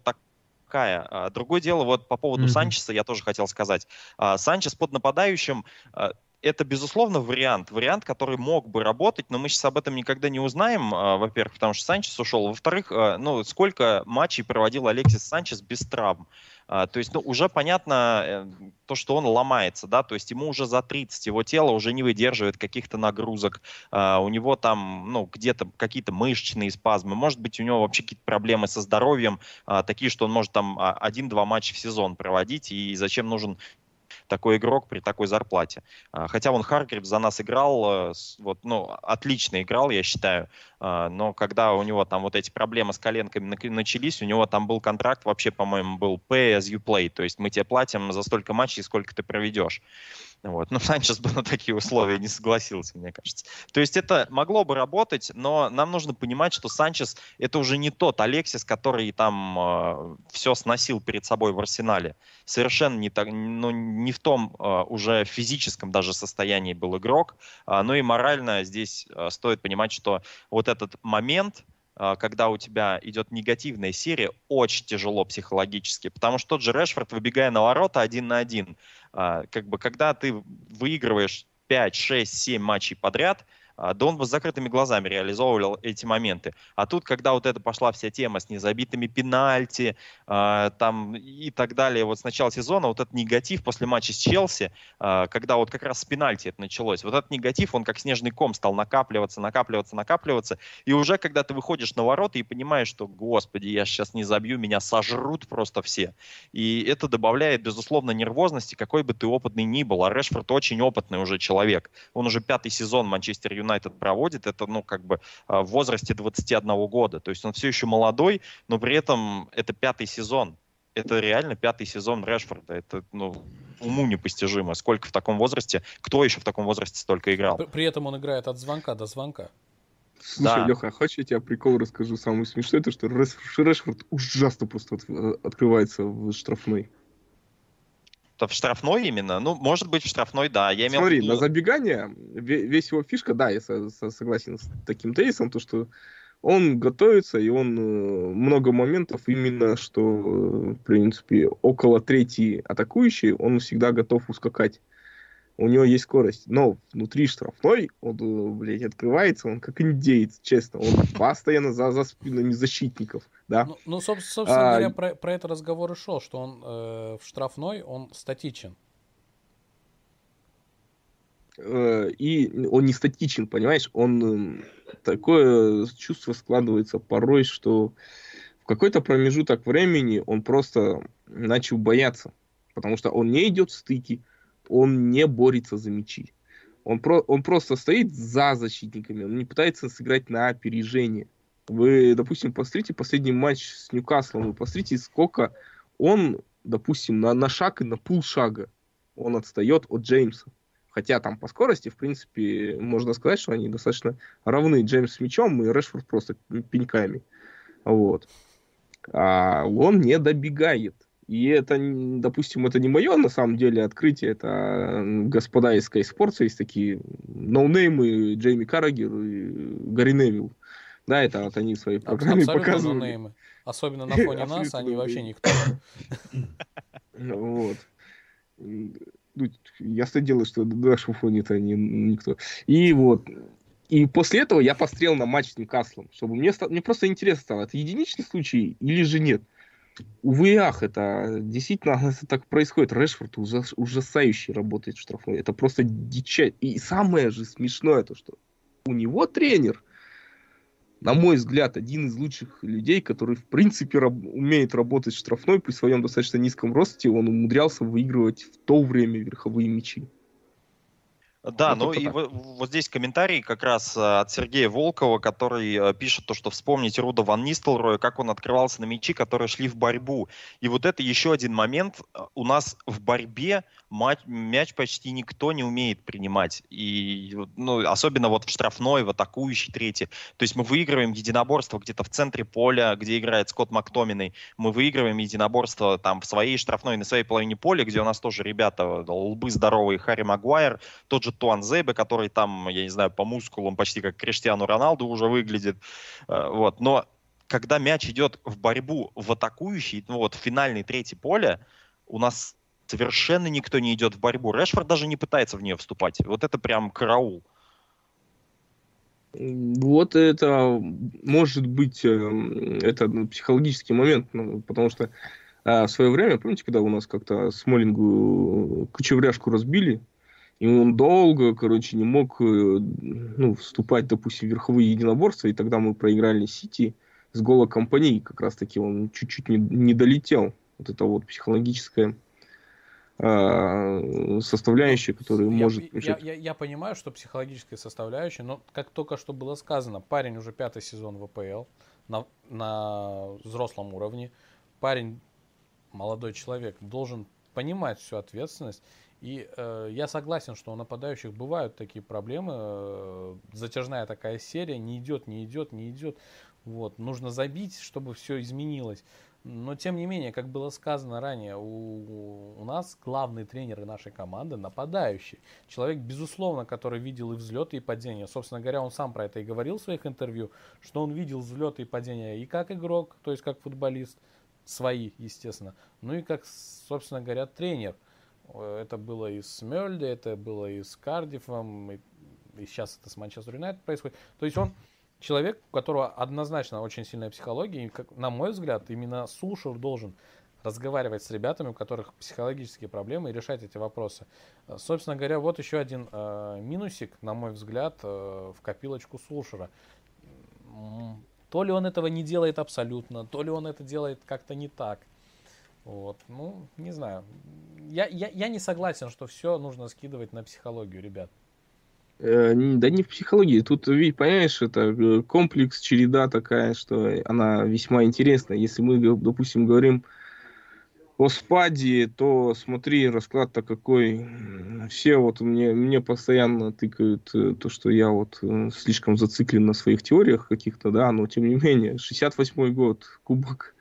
такая. Другое дело, вот по поводу Санчеса я тоже хотел сказать. Санчес под нападающим, это, безусловно, вариант, который мог бы работать, но мы сейчас об этом никогда не узнаем, во-первых, потому что Санчес ушел, во-вторых, ну, сколько матчей проводил Алексис Санчес без травм. То есть, ну, уже понятно то, что он ломается, да, то есть ему уже за 30, его тело уже не выдерживает каких-то нагрузок, у него там, ну, где-то какие-то мышечные спазмы, может быть, у него вообще какие-то проблемы со здоровьем, такие, что он может там 1-2 матча в сезон проводить, и зачем нужен такой игрок при такой зарплате. Хотя вон Харгрив за нас играл, вот, ну, отлично играл, я считаю, но когда у него там вот эти проблемы с коленками начались, у него там был контракт, вообще, по-моему, был pay as you play, то есть мы тебе платим за столько матчей, сколько ты проведешь. Вот. Но Санчес бы на такие условия не согласился, мне кажется. То есть это могло бы работать, но нам нужно понимать, что Санчес это уже не тот Алексис, который там все сносил перед собой в Арсенале. Совершенно не, так, ну, не в том уже физическом даже состоянии был игрок. Ну и морально здесь стоит понимать, что вот этот момент, когда у тебя идет негативная серия, очень тяжело психологически, потому что тот же Решфорд, выбегая на ворота 1 на 1, как бы, когда ты выигрываешь 5, 6, 7 матчей подряд, да он бы с закрытыми глазами реализовывал эти моменты. А тут, когда вот эта пошла вся тема с незабитыми пенальти там, и так далее, вот с начала сезона, вот этот негатив после матча с Челси, когда вот как раз с пенальти это началось, вот этот негатив, он как снежный ком стал накапливаться, и уже когда ты выходишь на ворота и понимаешь, что, господи, я сейчас не забью, меня сожрут просто все. И это добавляет, безусловно, нервозности, какой бы ты опытный ни был. А Решфорд очень опытный уже человек. Он уже 5-й сезон Манчестер Юнайтед проводит, это, ну, как бы в возрасте 21 года. То есть он все еще молодой, но при этом это 5-й сезон. Это реально 5-й сезон Решфорда. Это, ну, уму непостижимо. Сколько в таком возрасте, кто еще в таком возрасте столько играл? При этом он играет от звонка до звонка. Слушай, да. Леха, хочешь, я тебе прикол расскажу? Самый смешной, это что Решфорд ужасно просто открывается в штрафной. В штрафной именно? Ну, может быть, в штрафной, да. Я Смотри, на забегание весь его фишка, да, я согласен с таким тезисом, то, что он готовится, и он много моментов именно, что, в принципе, около трети атакующий, он всегда готов ускакать. У него есть скорость, но внутри штрафной он, блядь, открывается, он как индеец, честно, он постоянно за спинами защитников, да. Ну собственно говоря, про это разговор и шел, что он в штрафной, он статичен. И он не статичен, понимаешь, он такое чувство складывается порой, что в какой-то промежуток времени он просто начал бояться, потому что он не идет в стыки, он не борется за мячи. Он просто стоит за защитниками, он не пытается сыграть на опережение. Вы, допустим, посмотрите последний матч с Ньюкаслом, вы посмотрите, сколько он, допустим, на шаг и на полшага он отстает от Джеймса. Хотя там по скорости, в принципе, можно сказать, что они достаточно равны. Джеймс с мячом и Решфорд просто пеньками. Вот. А он не добегает. И это, допустим, это не мое, на самом деле, открытие. Это господа из Sky Sports есть такие ноунеймы, Джейми Каррагер и Гарри Невилл. Да, это вот они в своей программе показывали. Ноунеймы. Особенно на фоне нас, они вообще никто. Вот. Ясно дело, что на нашем фоне это никто. И вот. И после этого я посмотрел на матч с Ньюкаслом, чтобы мне просто интересно стало, это единичный случай или же нет. Увы и ах, это действительно это так происходит. Решфорд ужасающе работает в штрафной. Это просто дича. И самое же смешное то, что у него тренер, на мой взгляд, один из лучших людей, который в принципе умеет работать в штрафной при своем достаточно низком росте. Он умудрялся выигрывать в то время верховые мячи. Да, Вот ну как-то и так. вот здесь комментарий как раз от Сергея Волкова, который пишет то, что вспомните Руда Ван Нистелрooя, как он открывался на мячи, которые шли в борьбу. И вот это еще один момент. У нас в борьбе мяч почти никто не умеет принимать. И, ну, особенно вот в штрафной, в атакующей трети. То есть мы выигрываем единоборство где-то в центре поля, где играет Скотт Мактоминой. Мы выигрываем единоборство там в своей штрафной, на своей половине поля, где у нас тоже ребята лбы здоровые, Харри Магуайр, тот же Туанзебе, который там, я не знаю, по мускулам почти как Криштиану Роналду уже выглядит. Вот. Но когда мяч идет в борьбу в атакующий, ну вот, в финальный третий поле, у нас совершенно никто не идет в борьбу. Решфорд даже не пытается в нее вступать. Вот это прям караул. Вот это может быть это психологический момент, ну, потому что в свое время, помните, когда у нас как-то Смолингу кучевряшку разбили, и он долго, короче, не мог ну, вступать, допустим, в верховые единоборства, и тогда мы проиграли Сити с гола Компании, как раз-таки он чуть-чуть не долетел. Вот это вот психологическая составляющая, которая может... Я понимаю, что психологическая составляющая, но как только что было сказано, парень уже 5-й сезон в АПЛ на взрослом уровне. Парень, молодой человек, должен понимать всю ответственность. И я согласен, что у нападающих бывают такие проблемы. Затяжная такая серия, не идет. Вот. Нужно забить, чтобы все изменилось. Но, тем не менее, как было сказано ранее, у нас главный тренер нашей команды нападающий. Человек, безусловно, который видел и взлеты, и падения. Собственно говоря, он сам про это и говорил в своих интервью, что он видел взлеты и падения и как игрок, то есть как футболист, свои, естественно, ну и как, собственно говоря, тренер. Это было и с Мёльде, это было и с Кардифом, и сейчас это с Манчестер Юнайтед происходит. То есть он человек, у которого однозначно очень сильная психология, и, на мой взгляд, именно Сулшер должен разговаривать с ребятами, у которых психологические проблемы, и решать эти вопросы. Собственно говоря, вот еще один минусик, на мой взгляд, в копилочку Сулшера. То ли он этого не делает абсолютно, то ли он это делает как-то не так. Вот, ну, не знаю. Я не согласен, что все нужно скидывать на психологию, ребят. Да не в психологии. Тут, понимаешь, это комплекс, череда такая, что она весьма интересна. Если мы, допустим, говорим о спаде, то смотри, расклад-то какой. Все вот мне постоянно тыкают то, что я вот слишком зациклен на своих теориях каких-то, да, но тем не менее, 68-й год, кубок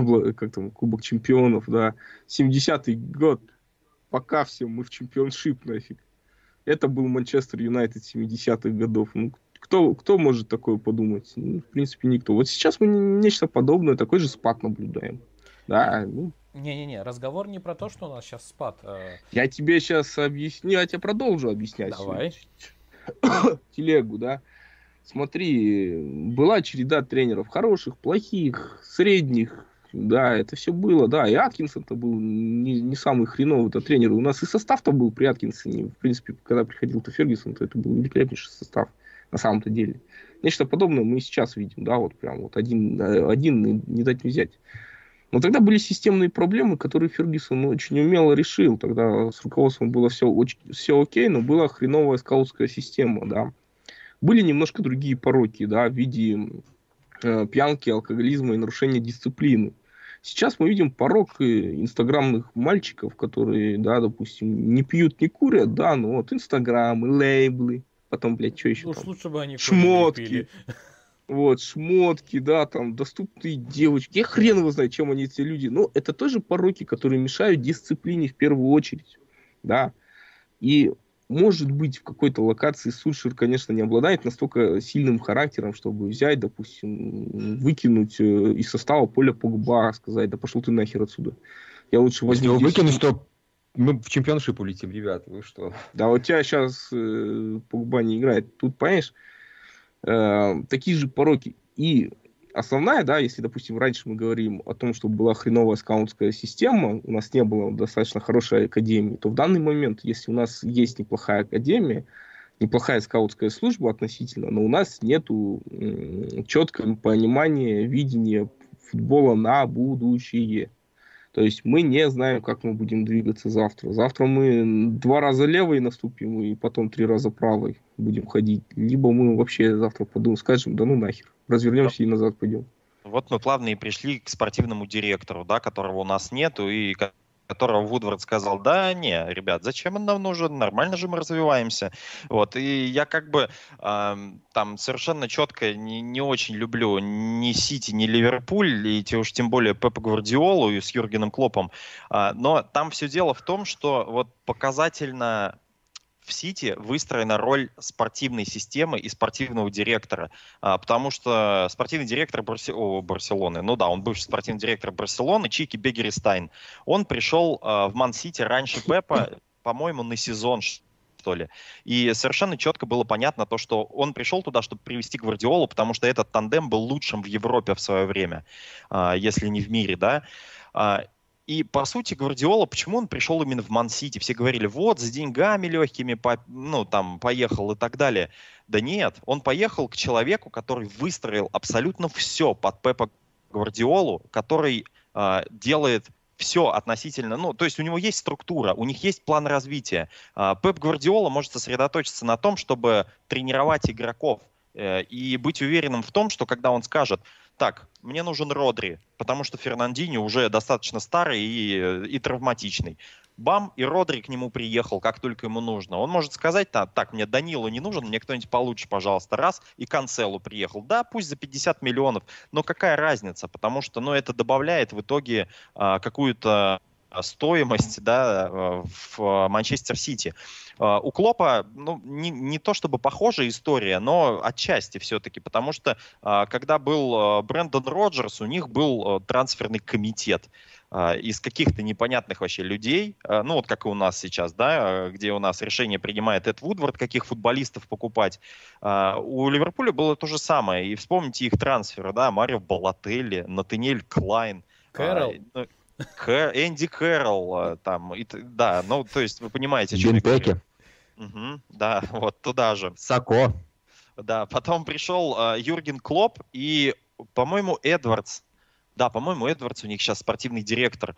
чемпионов, да, 70-й год, пока все, мы в чемпионшип нафиг. Это был Манчестер Юнайтед 70-х годов. Ну, кто может такое подумать? Ну, в принципе, никто. Вот сейчас мы нечто подобное, такой же спад наблюдаем. Да, ну. Не-не-не, разговор не про то, что у нас сейчас спад. Я тебе сейчас объясню, я тебе продолжу объяснять. Давай. Телегу, да. Смотри, была череда тренеров хороших, плохих, средних. Да, это все было, да. И Аткинсон-то был не самый хреновый-то тренер. У нас и состав-то был при Аткинсоне. В принципе, когда приходил-то Фергюсон, то это был великолепнейший состав на самом-то деле. Нечто подобное мы и сейчас видим, да, вот прям вот один не дать не взять. Но тогда были системные проблемы, которые Фергюсон очень умело решил. Тогда с руководством было все окей, но была хреновая скаутская система, да. Были немножко другие пороки, да, в виде пьянки, алкоголизма и нарушения дисциплины. Сейчас мы видим порок инстаграмных мальчиков, которые, да, допустим, не пьют, не курят, да, но вот инстаграмы, лейблы, потом, блядь, что еще Уж там? лучше бы они Шмотки. Вот, шмотки, да, там, доступные девочки. Я хрен его знает, чем они, эти люди. Но это тоже пороки, которые мешают дисциплине в первую очередь, да. И может быть, в какой-то локации Сульшер, конечно, не обладает настолько сильным характером, чтобы взять, допустим, выкинуть из состава поля Погба, сказать, да пошел ты нахер отсюда. Я лучше возьму... Если его выкинуть, то мы в чемпионшип улетим, ребят, вы что? Да, у тебя сейчас Погба не играет. Тут, понимаешь, такие же пороки. И основная, да, если, допустим, раньше мы говорим о том, что была хреновая скаутская система, у нас не было достаточно хорошей академии, то в данный момент, если у нас есть неплохая академия, неплохая скаутская служба относительно, но у нас нету четкого понимания, видения футбола на будущее. То есть мы не знаем, как мы будем двигаться завтра. Завтра мы 2 раза левой наступим и потом 3 раза правой будем ходить. Либо мы вообще завтра подумаем, скажем, да ну нахер, развернемся и назад пойдем. Вот мы плавно и пришли к спортивному директору, да, которого у нас нету, и которого Вудвард сказал: да, не, ребят, зачем он нам нужен, нормально же мы развиваемся. Вот, и я как бы там совершенно четко не очень люблю ни Сити, ни Ливерпуль, и уж тем более Пепа Гвардиолу и с Юргеном Клоппом, но там все дело в том, что вот показательно в Сити выстроена роль спортивной системы и спортивного директора, потому что спортивный директор Барселоны, ну да, он бывший спортивный директор Барселоны, Чики Бегерстайн, он пришел в Ман-Сити раньше Пепа, по-моему, на сезон, что ли. И совершенно четко было понятно то, что он пришел туда, чтобы привести Гвардиолу, потому что этот тандем был лучшим в Европе в свое время, если не в мире, да. И, по сути, Гвардиола, почему он пришел именно в Ман-Сити? Все говорили, вот, с деньгами легкими, ну, там, поехал и так далее. Да нет, он поехал к человеку, который выстроил абсолютно все под Пепа Гвардиолу, который делает все относительно, ну, то есть у него есть структура, у них есть план развития. Пеп Гвардиола может сосредоточиться на том, чтобы тренировать игроков и быть уверенным в том, что когда он скажет: так, мне нужен Родри, потому что Фернандиньо уже достаточно старый и травматичный. Бам, и Родри к нему приехал, как только ему нужно. Он может сказать: так, мне Данило не нужен, мне кто-нибудь получше, пожалуйста, раз, и Канцелу приехал. Да, пусть за 50 миллионов, но какая разница, потому что, ну, это добавляет в итоге какую-то стоимость, да, в Манчестер Сити. У Клопа, ну, не то чтобы похожая история, но отчасти все-таки, потому что когда был Брэндон Роджерс, у них был трансферный комитет из каких-то непонятных вообще людей, ну вот как и у нас сейчас, да, где у нас решение принимает Эд Вудвард, каких футболистов покупать. У Ливерпуля было то же самое, и вспомните их трансферы, да, Марио Балотелли, Натаниэль Клайн, Кэрролл. Энди Кэрролл, там, да, ну, то есть вы понимаете, о чем я говорю. Угу, да, вот туда же. Сако. Да, потом пришел Юрген Клопп и, по-моему, Эдвардс. Да, по-моему, Эдвардс у них сейчас спортивный директор.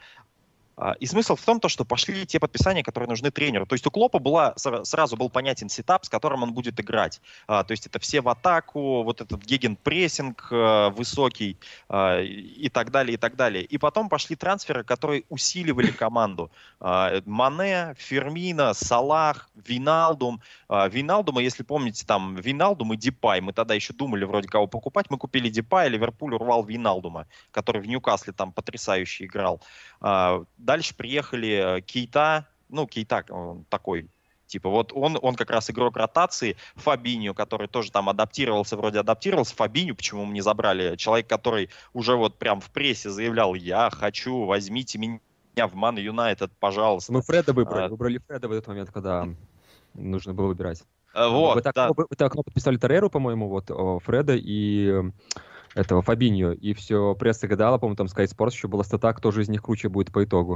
И смысл в том, что пошли те подписания, которые нужны тренеру. То есть у Клоппа сразу был понятен сетап, с которым он будет играть. То есть это все в атаку, вот этот гегенпрессинг высокий и так далее, и так далее. И потом пошли трансферы, которые усиливали команду. Мане, Фермино, Салах, Виналдум. Виналдума, если помните, там Виналдум и Депай. Мы тогда еще думали вроде кого покупать. Мы купили Депай, Ливерпуль урвал Виналдума, который в Ньюкасле там потрясающе играл. Дальше приехали Кейта, ну, Кейта он такой, типа, вот он как раз игрок ротации, Фабиньо, который тоже там адаптировался, Фабиньо, почему мы не забрали, человек, который уже вот прям в прессе заявлял: я хочу, возьмите меня в Ман Юнайтед, пожалуйста. Мы Фреда выбрали Фреда в этот момент, когда нужно было выбирать. Вот, вы так подписали Торреру, по-моему, вот, Фреда и этого Фабиньо, и все, пресса гадала, по-моему, там Sky Sports еще была статья, кто же из них круче будет по итогу.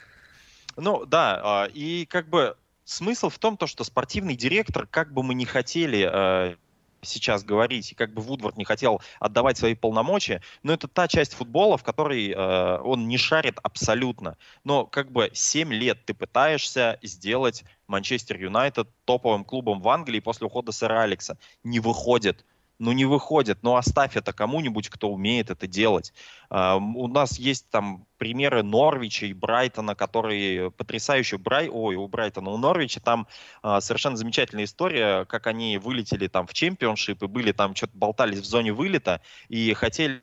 Ну, да, и как бы смысл в том, что спортивный директор, как бы мы ни хотели сейчас говорить, и как бы Вудвард не хотел отдавать свои полномочия, но это та часть футбола, в которой он не шарит абсолютно. Но как бы 7 лет ты пытаешься сделать Манчестер Юнайтед топовым клубом в Англии после ухода сэра Алекса. Не выходит. Не выходит. Оставь это кому-нибудь, кто умеет это делать. У нас есть там примеры Норвича и Брайтона, которые потрясающие. У Брайтона, у Норвича там совершенно замечательная история, как они вылетели там в чемпионшип и были там, что-то болтались в зоне вылета и хотели...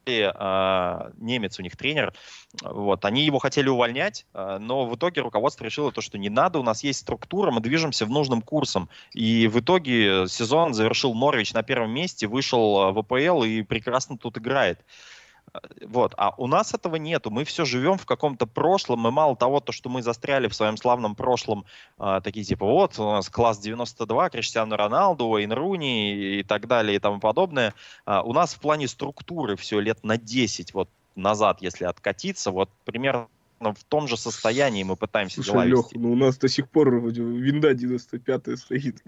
немец у них тренер, вот, они его хотели увольнять, но в итоге руководство решило что не надо, у нас есть структура, мы движемся в нужным курсом, и в итоге сезон завершил Норвич на первом месте, вышел в АПЛ и прекрасно тут играет. Вот. А у нас этого нету. Мы все живем в каком-то прошлом, и мало того, что мы застряли в своем славном прошлом, такие типа, вот, у нас класс 92, Криштиану Роналду, Уэйн Руни и так далее и тому подобное. У нас в плане структуры все лет на 10 вот назад, если откатиться, вот примерно в том же состоянии мы пытаемся дела вести. Лех, у нас до сих пор винда 95-я стоит.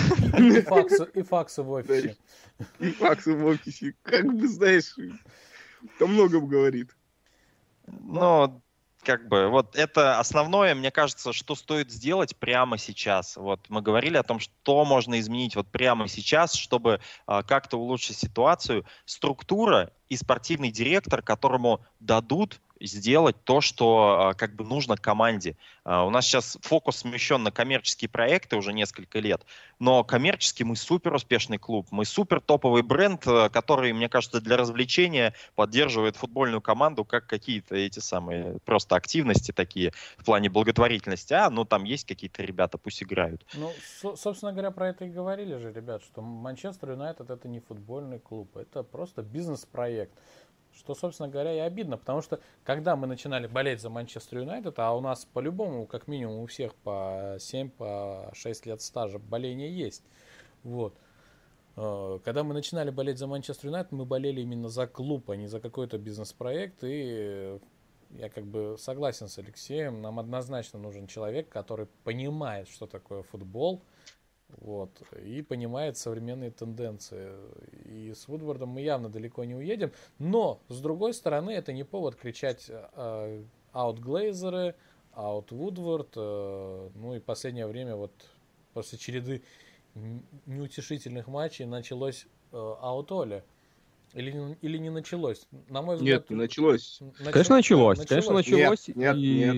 И факсы в офисе. И факсы в офисе. Как бы, знаешь... О многом говорит. Но как бы, вот это основное, мне кажется, что стоит сделать прямо сейчас. Вот мы говорили о том, что можно изменить вот прямо сейчас, чтобы как-то улучшить ситуацию. Структура и спортивный директор, которому дадут сделать то, что как бы нужно команде. У нас сейчас фокус смещен на коммерческие проекты уже несколько лет, но коммерчески мы супер успешный клуб, мы супер топовый бренд, который, мне кажется, для развлечения поддерживает футбольную команду как какие-то эти самые просто активности такие в плане благотворительности. Ну там есть какие-то ребята, пусть играют. Ну, собственно говоря, про это и говорили же, ребят, что Манчестер Юнайтед это не футбольный клуб, это просто бизнес-проект. Что, собственно говоря, и обидно, потому что, когда мы начинали болеть за Манчестер Юнайтед, а у нас по-любому, как минимум, у всех по 7, по 6 лет стажа боления есть. Вот. Когда мы начинали болеть за Манчестер Юнайтед, мы болели именно за клуб, а не за какой-то бизнес-проект. И я как бы согласен с Алексеем, нам однозначно нужен человек, который понимает, что такое футбол, вот, и понимает современные тенденции. И с Вудвардом мы явно далеко не уедем. Но, с другой стороны, это не повод кричать «аут Глейзеры», «аут Вудвард». Ну и последнее время, вот после череды неутешительных матчей, началось «аут Оля». Или не началось? На мой взгляд... Нет, не началось. Конечно, началось. Конечно, началось. Нет.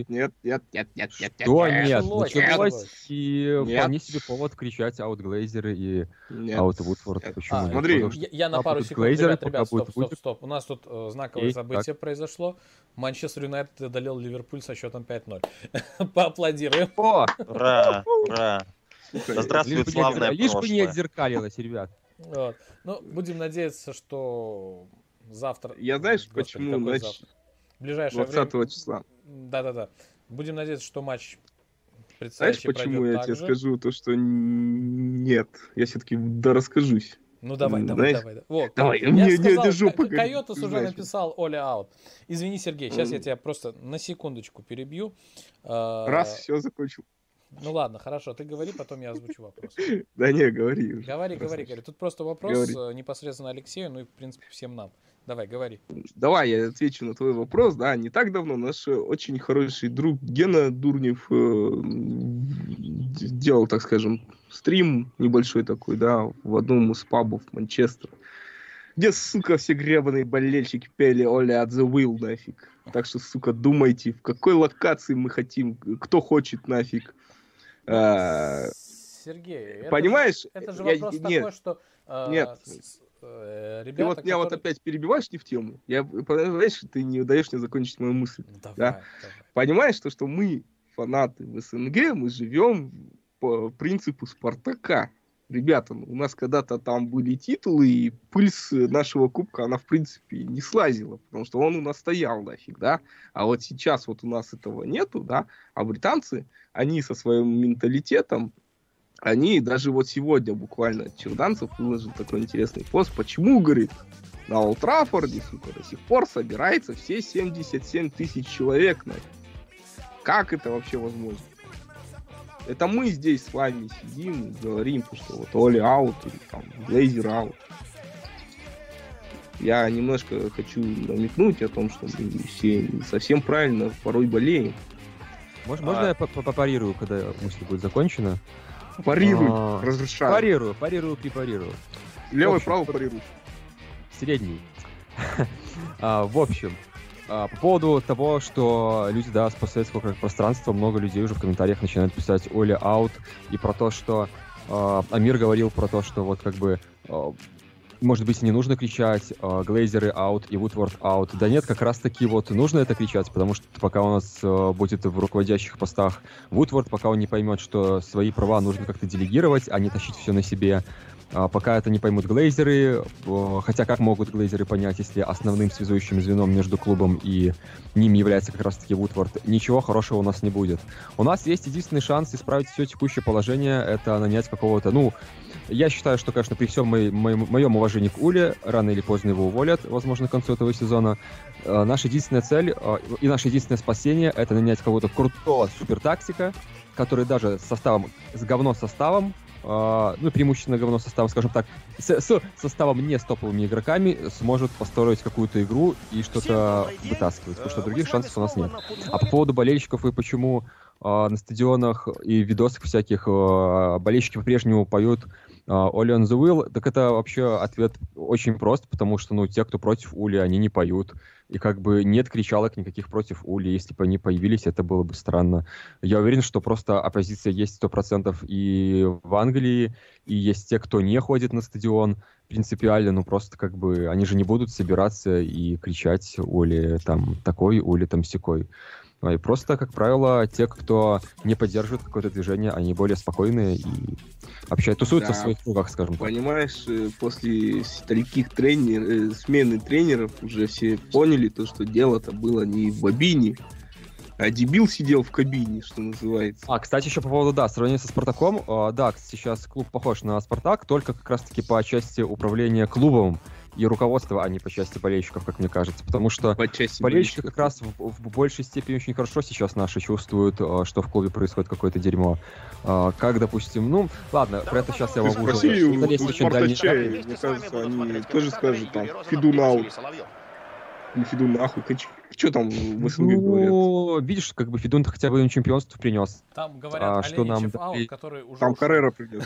Что нет? Началось, и вполне себе повод кричать «аут Глейзеры» и «аут Вудворд». Почему? Смотри, я на пару секунд, ребят, стоп. У нас тут знаковое событие произошло. Манчестер Юнайтед одолел Ливерпуль со счетом 5-0. Поаплодируем. Ура! Ура! Да здравствует славное прошлое. Лишь бы не отзеркалилось, ребят. Вот. Ну, будем надеяться, что завтра... Я знаешь, почему? Ближайшее 20 время... числа. Да. Будем надеяться, что матч предстоящий знаешь, почему я тебе же. скажу то, что нет? Я все-таки расскажусь. Ну, давай. Вот, давай, мне жопа. Койотас уже написал Оля аут. Извини, Сергей, сейчас я тебя просто на секундочку перебью. Раз, все, закончил. Ну ладно, хорошо, ты говори, потом я озвучу вопрос. Да не, говори. Говори. Тут просто вопрос непосредственно Алексею, ну и в принципе всем нам. Давай, говори. Давай, я отвечу на твой вопрос. Да, не так давно наш очень хороший друг Гена Дурнев делал, так скажем, стрим небольшой такой, да, в одном из пабов Манчестера, где, сука, все гребаные болельщики пели «Оля at the wheel» нафиг. Так что, сука, думайте, в какой локации мы хотим, кто хочет нафиг. Сергей, понимаешь? Это же вопрос такой, что... Нет. Ребята, ты вот меня вот опять перебиваешь не в тему. Понимаешь, ты не даешь мне закончить мою мысль. Давай. Понимаешь, что мы фанаты в СНГ, мы живем по принципу Спартака. Ребята, у нас когда-то там были титулы, и пыль с нашего кубка, она в принципе не слазила, потому что он у нас стоял нафиг, да. А вот сейчас вот у нас этого нету, да. А британцы, они со своим менталитетом, они даже вот сегодня буквально Черданцев выложил такой интересный пост. Почему, говорит, на Олд Траффорде, сука, до сих пор собирается все 77 тысяч человек нафиг. Как это вообще возможно? Это мы здесь с вами сидим и говорим, что вот Оли аут или там Глейзер аут. Я немножко хочу намекнуть о том, что мы все совсем правильно порой болеем. Можно я попарирую, когда мысль будет закончена? Парируй, разрешаю. Парирую. Левый, правый парируй. Средний. В общем, по поводу того, что люди, да, с постсоветского пространства, много людей уже в комментариях начинают писать «Оля аут», и про то, что Амир говорил про то, что вот как бы, может быть, не нужно кричать «Глейзеры аут» и «Вудворд аут». Да нет, как раз-таки вот нужно это кричать, потому что пока у нас будет в руководящих постах Вудворд, пока он не поймет, что свои права нужно как-то делегировать, а не тащить все на себе, пока это не поймут глейзеры, хотя как могут глейзеры понять, если основным связующим звеном между клубом и ним является как раз-таки Вудворд, ничего хорошего у нас не будет. У нас есть единственный шанс исправить все текущее положение, это нанять какого-то, я считаю, что, конечно, при всем моем уважении к Уле, рано или поздно его уволят, возможно, к концу этого сезона. Наша единственная цель и наше единственное спасение — это нанять кого-то крутого супертактика, который даже с говно-составом ну, преимущественно говно составом, скажем так, с составом не с топовыми игроками сможет построить какую-то игру и что-то вытаскивать, потому что других шансов у нас нет. А по поводу болельщиков и почему на стадионах и видосах всяких болельщики по-прежнему поют Oli on the Will, так это вообще ответ очень прост, потому что, ну, те, кто против Ули, они не поют. И как бы нет кричалок никаких против Ули. Если бы они появились, это было бы странно. Я уверен, что просто оппозиция есть 100% и в Англии, и есть те, кто не ходит на стадион принципиально, ну просто как бы они же не будут собираться и кричать Ули там такой, Ули там сякой. И просто, как правило, те, кто не поддерживает какое-то движение, они более спокойные и общаются, тусуются в своих кругах, скажем так. Понимаешь, после таких смены тренеров уже все поняли то, что дело-то было не в Бобине, а дебил сидел в кабине, что называется. Кстати, еще по поводу, да, сравнения со Спартаком. Да, сейчас клуб похож на Спартак, только как раз-таки по части управления клубом и руководства, а не по части болельщиков, как мне кажется. Потому что болельщики как раз в большей степени очень хорошо сейчас наши чувствуют, что в клубе происходит какое-то дерьмо. Как, допустим, ну, ладно, про это сейчас я могу уже залезть очень дальний. Мне кажется, они тоже скажут там «Фиду наут». Или «Фидун нахуй». Что там в СНГ говорят? Ну, видишь, как бы Фидун хотя бы им чемпионство принес. Там говорят, что нам аут, который уже там Каррера принес.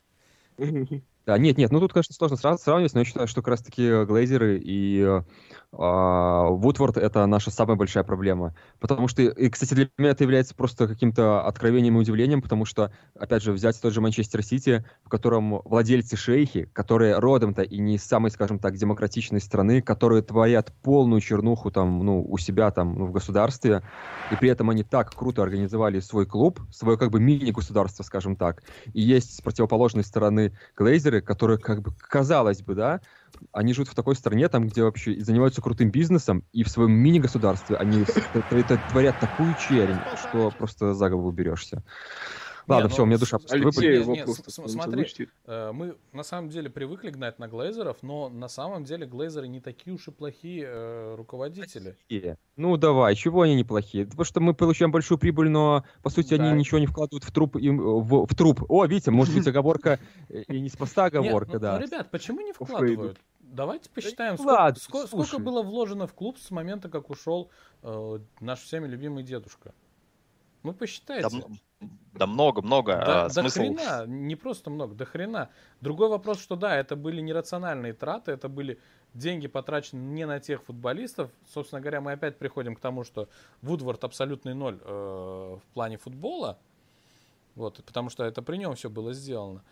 Да, нет, ну тут, конечно, сложно сравнивать, но я считаю, что как раз-таки Глейзеры и Вудворд — это наша самая большая проблема. Потому что, и, кстати, для меня это является просто каким-то откровением и удивлением, потому что, опять же, взять тот же Манчестер Сити, в котором владельцы шейхи, которые родом-то и не из самой, скажем так, демократичной страны, которые творят полную чернуху там, ну, у себя там, ну, в государстве, и при этом они так круто организовали свой клуб, свое как бы мини-государство, скажем так. И есть с противоположной стороны Глейзеры, которые, как бы, казалось бы, да, они живут в такой стране, там, где вообще занимаются крутым бизнесом, и в своем мини-государстве они творят такую чернь, что просто за голову берешься. Ладно, все, у меня душа выпадет. Смотри, мы на самом деле привыкли гнать на Глейзеров, но на самом деле Глейзеры не такие уж и плохие руководители. Ну давай, чего они неплохие? Потому что мы получаем большую прибыль, но по сути они ничего не вкладывают в труп. В труп. О, видите, может быть оговорка и неспроста оговорка, да. Ну, ребят, почему не вкладывают? Давайте посчитаем, сколько было вложено в клуб с момента, как ушел наш всеми любимый дедушка. Ну, посчитайте. Да много. Да хрена, не просто много, да хрена. Другой вопрос, что да, это были нерациональные траты, это были деньги потрачены не на тех футболистов. Собственно говоря, мы опять приходим к тому, что Вудворд абсолютный ноль в плане футбола. Вот, потому что это при нем все было сделано.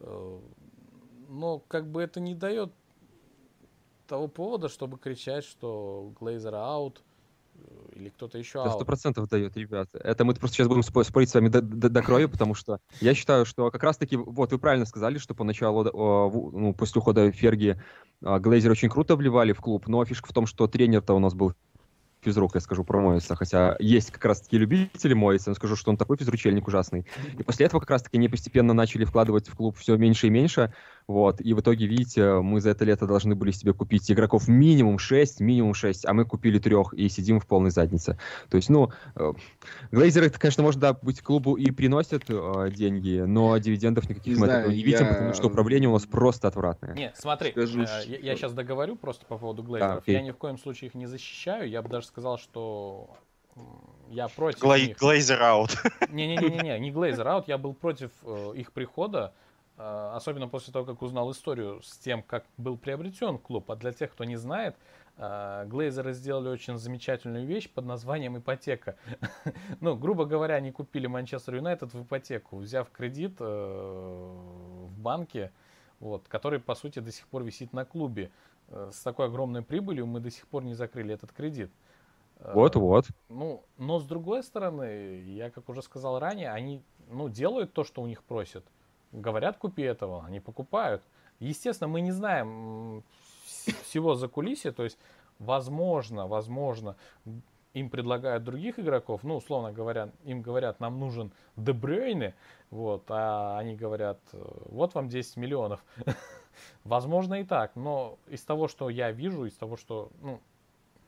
Но как бы это не дает того повода, чтобы кричать, что Глейзер аут, или кто-то еще аут. 100% дает, ребята. Это мы просто сейчас будем спорить с вами до крови, потому что я считаю, что как раз-таки, вот вы правильно сказали, что поначалу, после ухода Ферги, Глейзер очень круто вливали в клуб, но фишка в том, что тренер-то у нас был физрук, я скажу про Моиса, хотя есть как раз-таки любители Моиса, но скажу, что он такой физручельник ужасный. И после этого как раз-таки они постепенно начали вкладывать в клуб все меньше и меньше, вот, и в итоге, видите, мы за это лето должны были себе купить игроков минимум 6, а мы купили 3 и сидим в полной заднице. То есть, Глейзеры, это, конечно, может, да, быть, клубу и приносят деньги, но дивидендов никаких мы от этого не видим, потому что управление у нас просто отвратное. Нет, смотри, я сейчас договорю просто по поводу Глейзеров. Я ни в коем случае их не защищаю, я бы даже сказал, что я против Глейзер аут. Не Глейзер аут, я был против их прихода, особенно после того, как узнал историю с тем, как был приобретен клуб. А для тех, кто не знает, Глейзеры сделали очень замечательную вещь под названием ипотека. Ну, грубо говоря, они купили Манчестер Юнайтед в ипотеку, взяв кредит в банке, вот, который, по сути, до сих пор висит на клубе. С такой огромной прибылью мы до сих пор не закрыли этот кредит. Вот. Ну, но с другой стороны, я, как уже сказал ранее, они делают то, что у них просят. Говорят, купи этого, они покупают. Естественно, мы не знаем всего закулисья, то есть, возможно, им предлагают других игроков, ну, условно говоря, им говорят, нам нужен Де Брюйне, вот, а они говорят, вот вам 10 миллионов. Возможно и так, но из того, что я вижу, из того, что,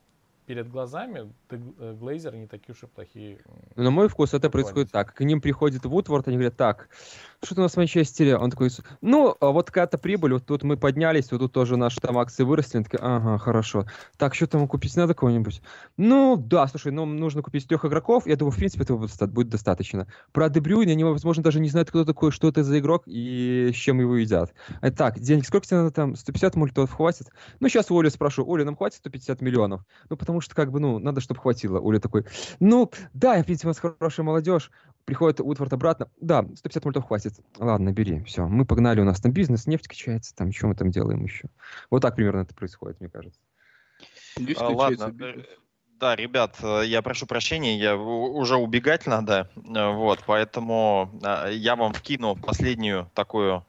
перед глазами, Глейзеры не такие уж и плохие. На мой вкус это происходит так. К ним приходит Вудворд, они говорят, так, что-то у нас в Манчестере. Он такой, ну, вот какая-то прибыль, вот тут мы поднялись, вот тут тоже наши там акции выросли. Они такие, ага, хорошо. Так, что там купить надо кого-нибудь? Ну, да, слушай, ну, нужно купить 3 игроков. Я думаю, в принципе, этого будет достаточно. Про Де Брюйне они, возможно, даже не знают, кто такой, что это за игрок и с чем его едят. А так, денег сколько тебе надо там? 150 мультов хватит? Ну, сейчас у Оли спрошу. Оля, нам хватит 150 миллионов? Ну, потому что, как бы, ну, надо, чтобы хватило. Оля такой, ну, да, в принципе, у нас хорошая молодежь. Приходит Уотфорд обратно. Да, 150 мультов хватит. Ладно, бери, все. Мы погнали, у нас там бизнес, нефть качается, там, что мы там делаем еще. Вот так примерно это происходит, мне кажется. Ладно. Да, ребят, я прошу прощения, я уже убегать надо, вот, поэтому я вам вкину последнюю такую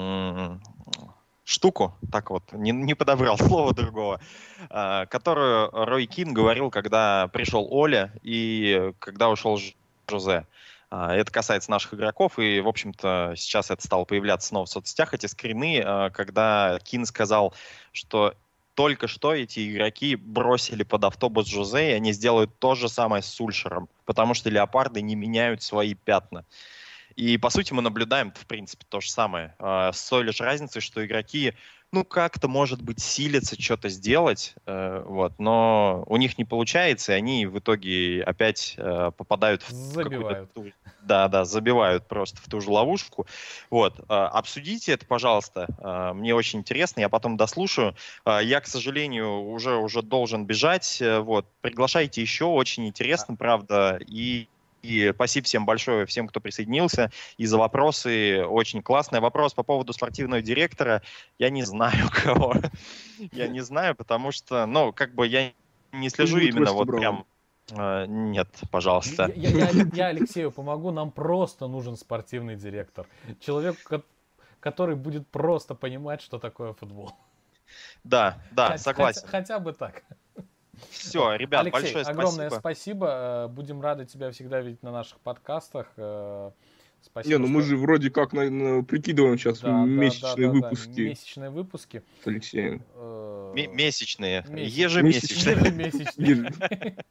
штуку, так вот, не подобрал слова другого, которую Рой Кин говорил, когда пришел Оля и когда ушел Жозе. Это касается наших игроков, и, в общем-то, сейчас это стало появляться снова в соцсетях, эти скрины, когда Кин сказал, что только что эти игроки бросили под автобус Жозе, и они сделают то же самое с Сульшером, потому что леопарды не меняют свои пятна. И, по сути, мы наблюдаем, в принципе, то же самое. С той лишь разницей, что игроки, ну, как-то, может быть, силятся что-то сделать, вот, но у них не получается, и они в итоге опять попадают в какую-то... Да, забивают просто в ту же ловушку. Вот, обсудите это, пожалуйста, мне очень интересно, я потом дослушаю. Я, к сожалению, уже должен бежать, вот, приглашайте еще, очень интересно, правда, и спасибо всем большое, всем, кто присоединился, и за вопросы. Очень классный вопрос по поводу спортивного директора. Я не знаю кого. Я не знаю, потому что, ну, как бы я не слежу именно вот прям... Нет, пожалуйста. Я Алексею помогу. Нам просто нужен спортивный директор. Человек, который будет просто понимать, что такое футбол. Да, согласен. Хотя бы так. Все, ребят, Алексей, большое спасибо. Огромное спасибо. Будем рады тебя всегда видеть на наших подкастах. Спасибо. Не, ну мы же вроде как прикидываем сейчас месячные выпуски. Месячные выпуски. С Алексеем. Месячные. Ежемесячные.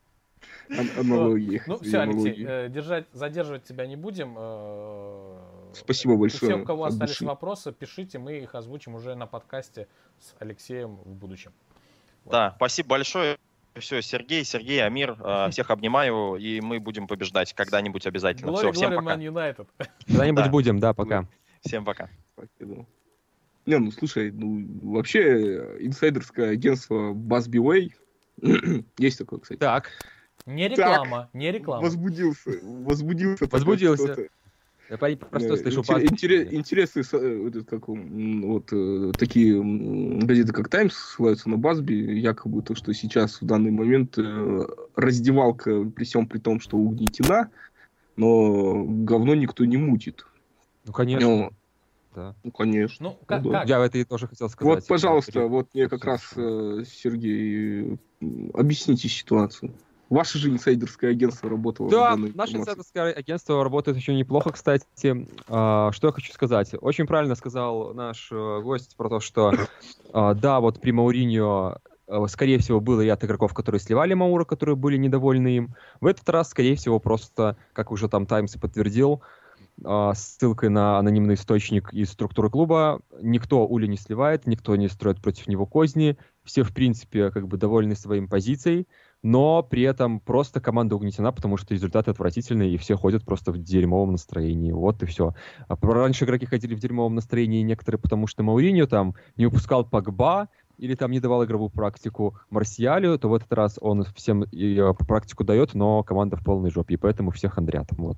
Аналогии. Ну все, Алексей, задерживать тебя не будем. Спасибо большое. Все, у кого остались вопросы, пишите, мы их озвучим уже на подкасте с Алексеем в будущем. Да, спасибо большое. Все, Сергей, Амир, всех обнимаю, и мы будем побеждать когда-нибудь обязательно. Все, всем пока. Когда-нибудь будем, да, пока. Всем пока. Не, ну слушай, вообще инсайдерское агентство Busby Way есть такое, кстати. Так. Не реклама. Возбудился. Я просто слышу. Интересы, вот такие газеты, как Таймс, ссылаются на Busby, якобы то, что сейчас в данный момент раздевалка при всем при том, что угнетена, но говно никто не мутит. Ну, конечно. Да. Ну, конечно. Как? Я это и тоже хотел сказать. Вот, пожалуйста, вот мне как раз, Сергей, объясните ситуацию. Ваше же инсайдерское агентство работало. Да, наше инсайдерское агентство работает очень неплохо, кстати. Что я хочу сказать? Очень правильно сказал наш гость про то, что да, вот при Мауриньо, скорее всего, был ряд игроков, которые сливали Маура, которые были недовольны им. В этот раз, скорее всего, просто, как уже там Таймс и подтвердил, ссылкой на анонимный источник из структуры клуба, никто Ули не сливает, никто не строит против него козни, все, в принципе, как бы довольны своим позицией, но при этом просто команда угнетена, потому что результаты отвратительные, и все ходят просто в дерьмовом настроении. Вот и все. Раньше игроки ходили в дерьмовом настроении некоторые, потому что Мауриньо там не выпускал Погба, или там не давал игровую практику Марсиалю, то в этот раз он всем практику дает, но команда в полной жопе, и поэтому всех хандрят. Вот.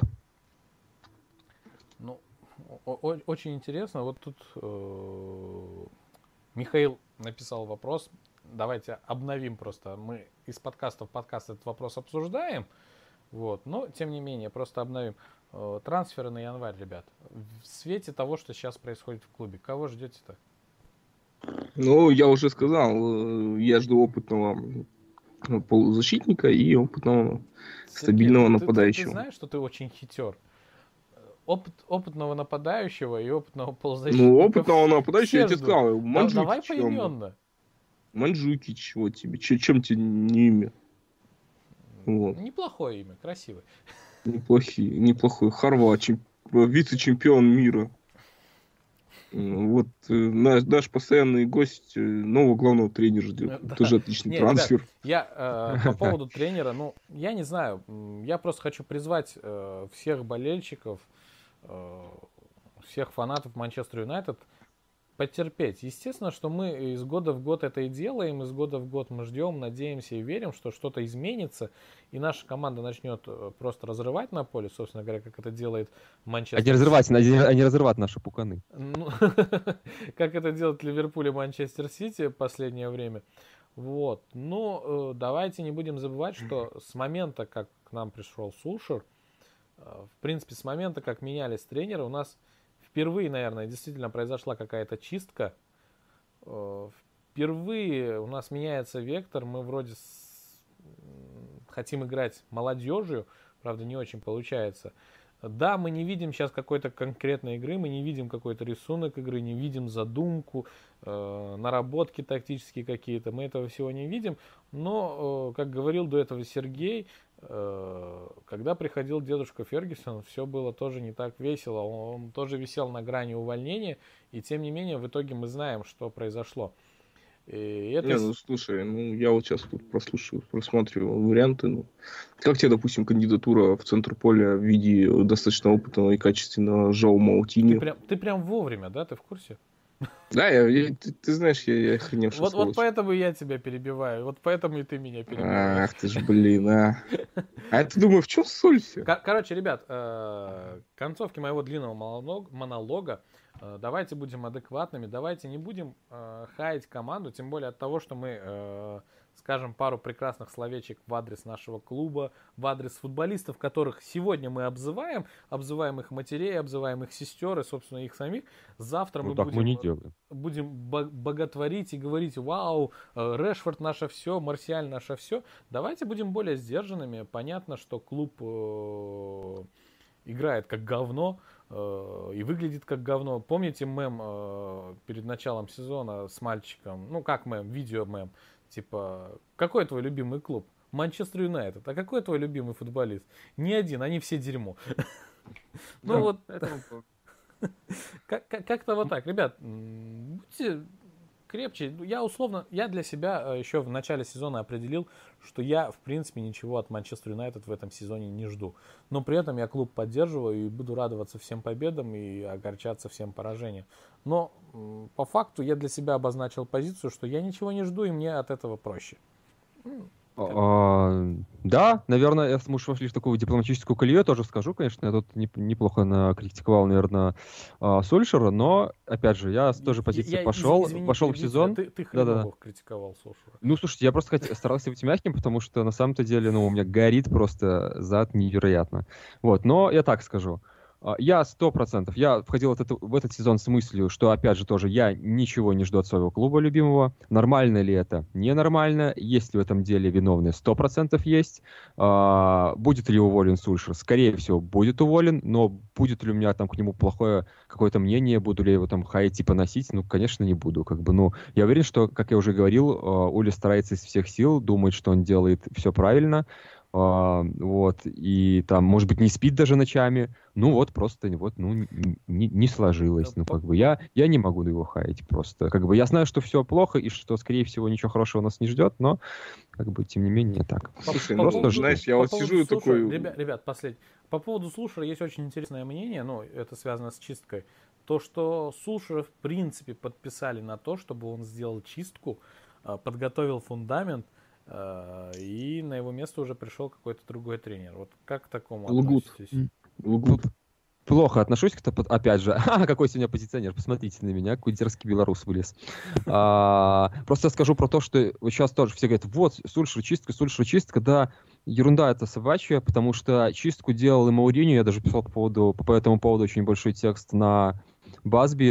Ну, очень интересно. Вот тут Михаил написал вопрос. Давайте обновим просто. Мы из подкаста в подкаст этот вопрос обсуждаем. Вот. Но, тем не менее, просто обновим. Трансферы на январь, ребят. В свете того, что сейчас происходит в клубе, кого ждете-то? Ну, я уже сказал, я жду опытного полузащитника и опытного стабильного нападающего. Ты знаешь, что ты очень хитер? Опытного нападающего и опытного полузащитника. Ну, опытного нападающего, я тебе сказал, Манджукич. Давай поименно. Манджукич, вот тебе. Чем тебе не имя? Вот. Неплохое имя, красивое. Неплохой. Хорват, вице-чемпион мира. Вот наш постоянный гость нового главного тренера ждет. Да. Тоже отличный Не, трансфер. ребят, я по поводу тренера, ну, я не знаю, я просто хочу призвать всех болельщиков, всех фанатов Манчестер Юнайтед потерпеть. Естественно, что мы из года в год это и делаем, из года в год мы ждем, надеемся и верим, что что-то изменится, и наша команда начнет просто разрывать на поле, собственно говоря, как это делает Манчестер. А не разрывать наши пуканы. Ну, как это делает Ливерпуль и Манчестер Сити в последнее время. Вот. Но давайте не будем забывать, что с момента, как к нам пришел Сулшер, в принципе, с момента, как менялись тренеры, у нас впервые, наверное, действительно произошла какая-то чистка. Впервые у нас меняется вектор. Мы вроде хотим играть молодежью, правда, не очень получается. Да, мы не видим сейчас какой-то конкретной игры, мы не видим какой-то рисунок игры, не видим задумку, наработки тактические какие-то. Мы этого всего не видим. Но, как говорил до этого Сергей, когда приходил дедушка Фергюсон, все было тоже не так весело. Он тоже висел на грани увольнения. И тем не менее, в итоге мы знаем, что произошло. И это... Ну слушай, я вот сейчас тут просматривал варианты. Как тебе, допустим, кандидатура в центр поля в виде достаточно опытного и качественного Жоу Маутини? Ты прям вовремя, да? Ты в курсе? Да, ты знаешь, я охреневший. Вот поэтому я тебя перебиваю. Вот поэтому и ты меня перебиваешь. Ах ты ж, блин, а. А я думаю, в чем соль все? Короче, ребят, к концовке моего длинного монолога давайте будем адекватными, давайте не будем хаять команду, тем более от того, что мы скажем пару прекрасных словечек в адрес нашего клуба, в адрес футболистов, которых сегодня мы обзываем их матерей, обзываем их сестер и, собственно, их самих. Завтра мы будем боготворить и говорить: вау, Решфорд наше все, Марсиаль наше все. Давайте будем более сдержанными. Понятно, что клуб играет как говно и выглядит как говно. Помните мем перед началом сезона с мальчиком? Ну, как мем, видео-мем. Типа, какой твой любимый клуб? Манчестер Юнайтед. А какой твой любимый футболист? Ни один, они все дерьмо. Ну вот, как-то вот так. Ребят, будьте крепче. Я для себя еще в начале сезона определил, что я, в принципе, ничего от Манчестер Юнайтед в этом сезоне не жду. Но при этом я клуб поддерживаю и буду радоваться всем победам и огорчаться всем поражениям. Но по факту я для себя обозначил позицию, что я ничего не жду, и мне от этого проще. Да, наверное, если мы уж вошли в такую дипломатическую колею, я тоже скажу, конечно, я тут неплохо накритиковал, наверное, Сульшера, но, опять же, я с той же позиции пошел в сезон. Ты хреново критиковал Сульшера. Ну, слушайте, я просто старался быть мягким, потому что на самом-то деле, у меня горит просто зад невероятно. Вот, но я так скажу. Я 100%. Я входил в этот сезон с мыслью, что, опять же, тоже я ничего не жду от своего клуба любимого. Нормально ли это? Ненормально. Есть ли в этом деле виновные? 100% есть. Будет ли уволен Сульшер? Скорее всего, будет уволен, но будет ли у меня там к нему плохое какое-то мнение, буду ли его там хаять и поносить? Ну, конечно, не буду. Я уверен, что, как я уже говорил, Ули старается из всех сил, думает, что он делает все правильно. Вот, и там, может быть, не спит даже ночами, просто не сложилось, я не могу его хаять просто, я знаю, что все плохо и что, скорее всего, ничего хорошего нас не ждет, но, тем не менее, так. Слушай, знаешь, я вот сижу и такой... Ребят, последний. По поводу Сульшера есть очень интересное мнение, это связано с чисткой, то, что Сульшера, в принципе, подписали на то, чтобы он сделал чистку, подготовил фундамент, и на его место уже пришел какой-то другой тренер. Вот как к такому относитесь? Лгут. Плохо отношусь опять же. Какой сегодня позиционер, посмотрите на меня, какой дерзкий белорус вылез. Просто скажу про то, что сейчас тоже все говорят: вот, Сульшер чистка, да, ерунда это собачья, потому что чистку делал и Мауриньо, я даже писал по этому поводу очень большой текст на Базби.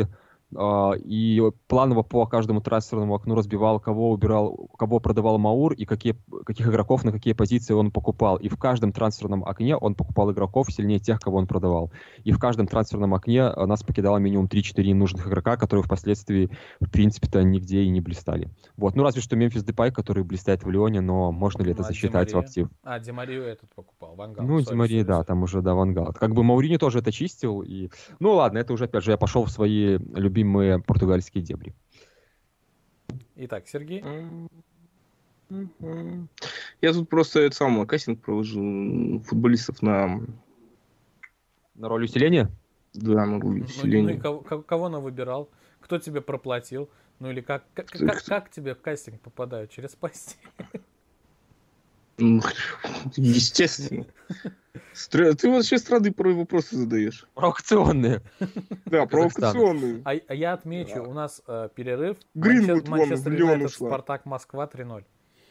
и планово по каждому трансферному окну разбивал, кого убирал, кого продавал Маур и каких игроков на какие позиции он покупал. И в каждом трансферном окне он покупал игроков сильнее тех, кого он продавал. И в каждом трансферном окне нас покидало минимум 3-4 ненужных игрока, которые впоследствии, в принципе-то, нигде и не блистали. Вот. Ну, разве что Мемфис Депай, который блистает в Лионе, но можно ли это засчитать в актив? Ди Марию этот покупал, Вангалд. Ну, Ди Мария, да, там уже, да, Вангалд. Как бы Мауриньо тоже это чистил. И... Ну, ладно, это уже, опять же, я пошел в свои любимые португальские дебри. Итак, Сергей? Я тут просто кастинг провожу футболистов на роль усиления? Да, на роль усиления. Ну и кого выбирал? Кто тебе проплатил? Ну или как тебе в кастинг попадают? Через постель? Естественно. Ты вообще странные вопросы задаешь. Провокационные. Да, провокационные. А я отмечу, у нас перерыв. Гринвуд Манчестер Юнайтед, Спартак, Москва 3-0.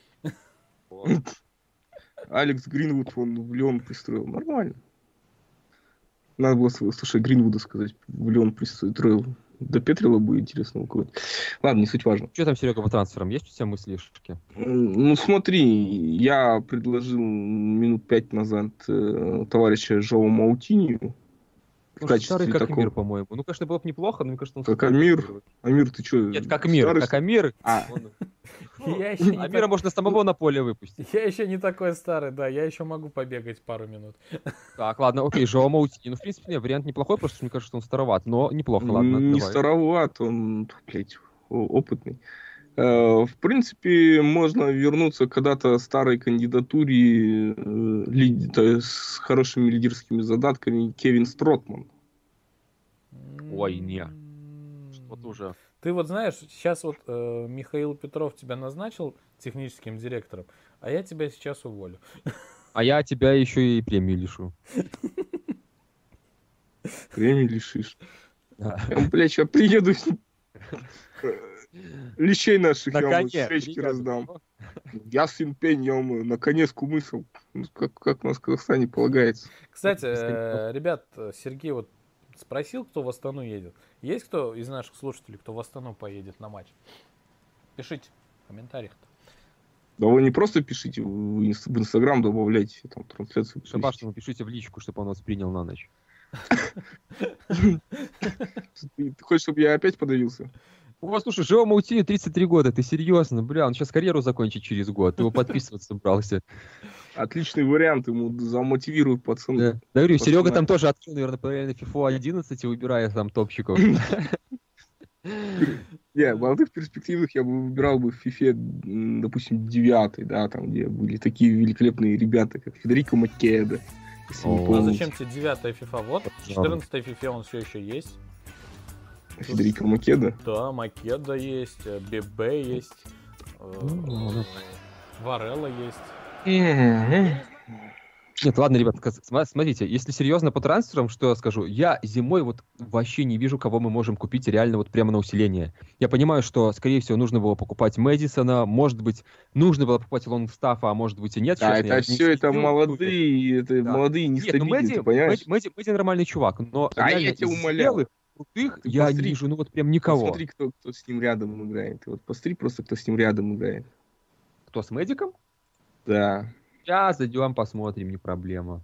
Алекс Гринвуд в Лион пристроил. Нормально. Надо было, слушай, Гринвуда сказать. В Лион пристроил. До Петрила будет интересно у кого-то. Ладно, не суть важно. Что там, Серега, по трансферам? Есть у тебя мыслишки? Ну, смотри, я предложил минут 5 назад товарища Жоу Маутинью. Старый как Амир, по-моему. Ну, конечно, было бы неплохо, но мне кажется, он... Как Амир? Амир, ты что? Нет, как Амир. Как Амир. Амира можно самого на поле выпустить. Я еще не такой старый, да. Я еще могу побегать пару минут. Так, ладно, окей, Жоу Маутинью. Ну, в принципе, вариант неплохой, просто мне кажется, что он староват, но неплохо, ладно. Не староват, он, блядь, опытный. В принципе, можно вернуться к когда-то старой кандидатуре с хорошими лидерскими задатками Кевин Стротман. Ой, не. Вот уже. Ты вот знаешь, сейчас вот Михаил Петров тебя назначил техническим директором, а я тебя сейчас уволю. А я тебя еще и премию лишу. Премию лишишь? Да. Я, блядь, сейчас приеду лещей наших, я вам свечки раздам. Я сын пень, я вам на коне скумысл. Как у нас в Казахстане полагается. Кстати, ребят, Сергей вот спросил, кто в Астану едет. Есть кто из наших слушателей, кто в Астану поедет на матч? Пишите в комментариях-то. Да вы не просто пишите, в Инстаграм добавляйте там трансляцию. Шабашному пишите в личку, чтобы он вас принял на ночь. Ты хочешь, чтобы я опять подавился? Слушай, Жоу Маутинью 33 года, ты серьезно? Бля, он сейчас карьеру закончит через год, ты его подписываться собрался. Отличный вариант, ему замотивирует пацан. Да, говорю, Серега там тоже открыл, наверное, параллельно FIFA 11 и выбирает там топчиков. Не, молодых перспективных я бы выбирал бы в FIFA, допустим, 9, да, там, где были такие великолепные ребята, как Федерико Маккеда. А зачем тебе 9-я FIFA? Вот, 14-й FIFA он все еще есть. Федерико Маккеда? Да, Маккеда есть, Бебе есть, Варелла есть. Нет, ладно, ребят, смотрите, если серьезно по трансферам, что я скажу, я зимой вот вообще не вижу, кого мы можем купить реально вот прямо на усиление. Я понимаю, что, скорее всего, нужно было покупать Мэдисона, может быть, нужно было покупать Лонгстаффа, а может быть и нет. Да, это все, это молодые, молодые, нестабильные, ты понимаешь? Мэдди нормальный чувак, но я тебя умоляю. Крутых я не вижу, ну вот прям никого. Посмотри, кто с ним рядом играет. Вот посмотри просто, кто с ним рядом играет. Кто, с Мэдиком? Да. Сейчас зайдем, посмотрим, не проблема.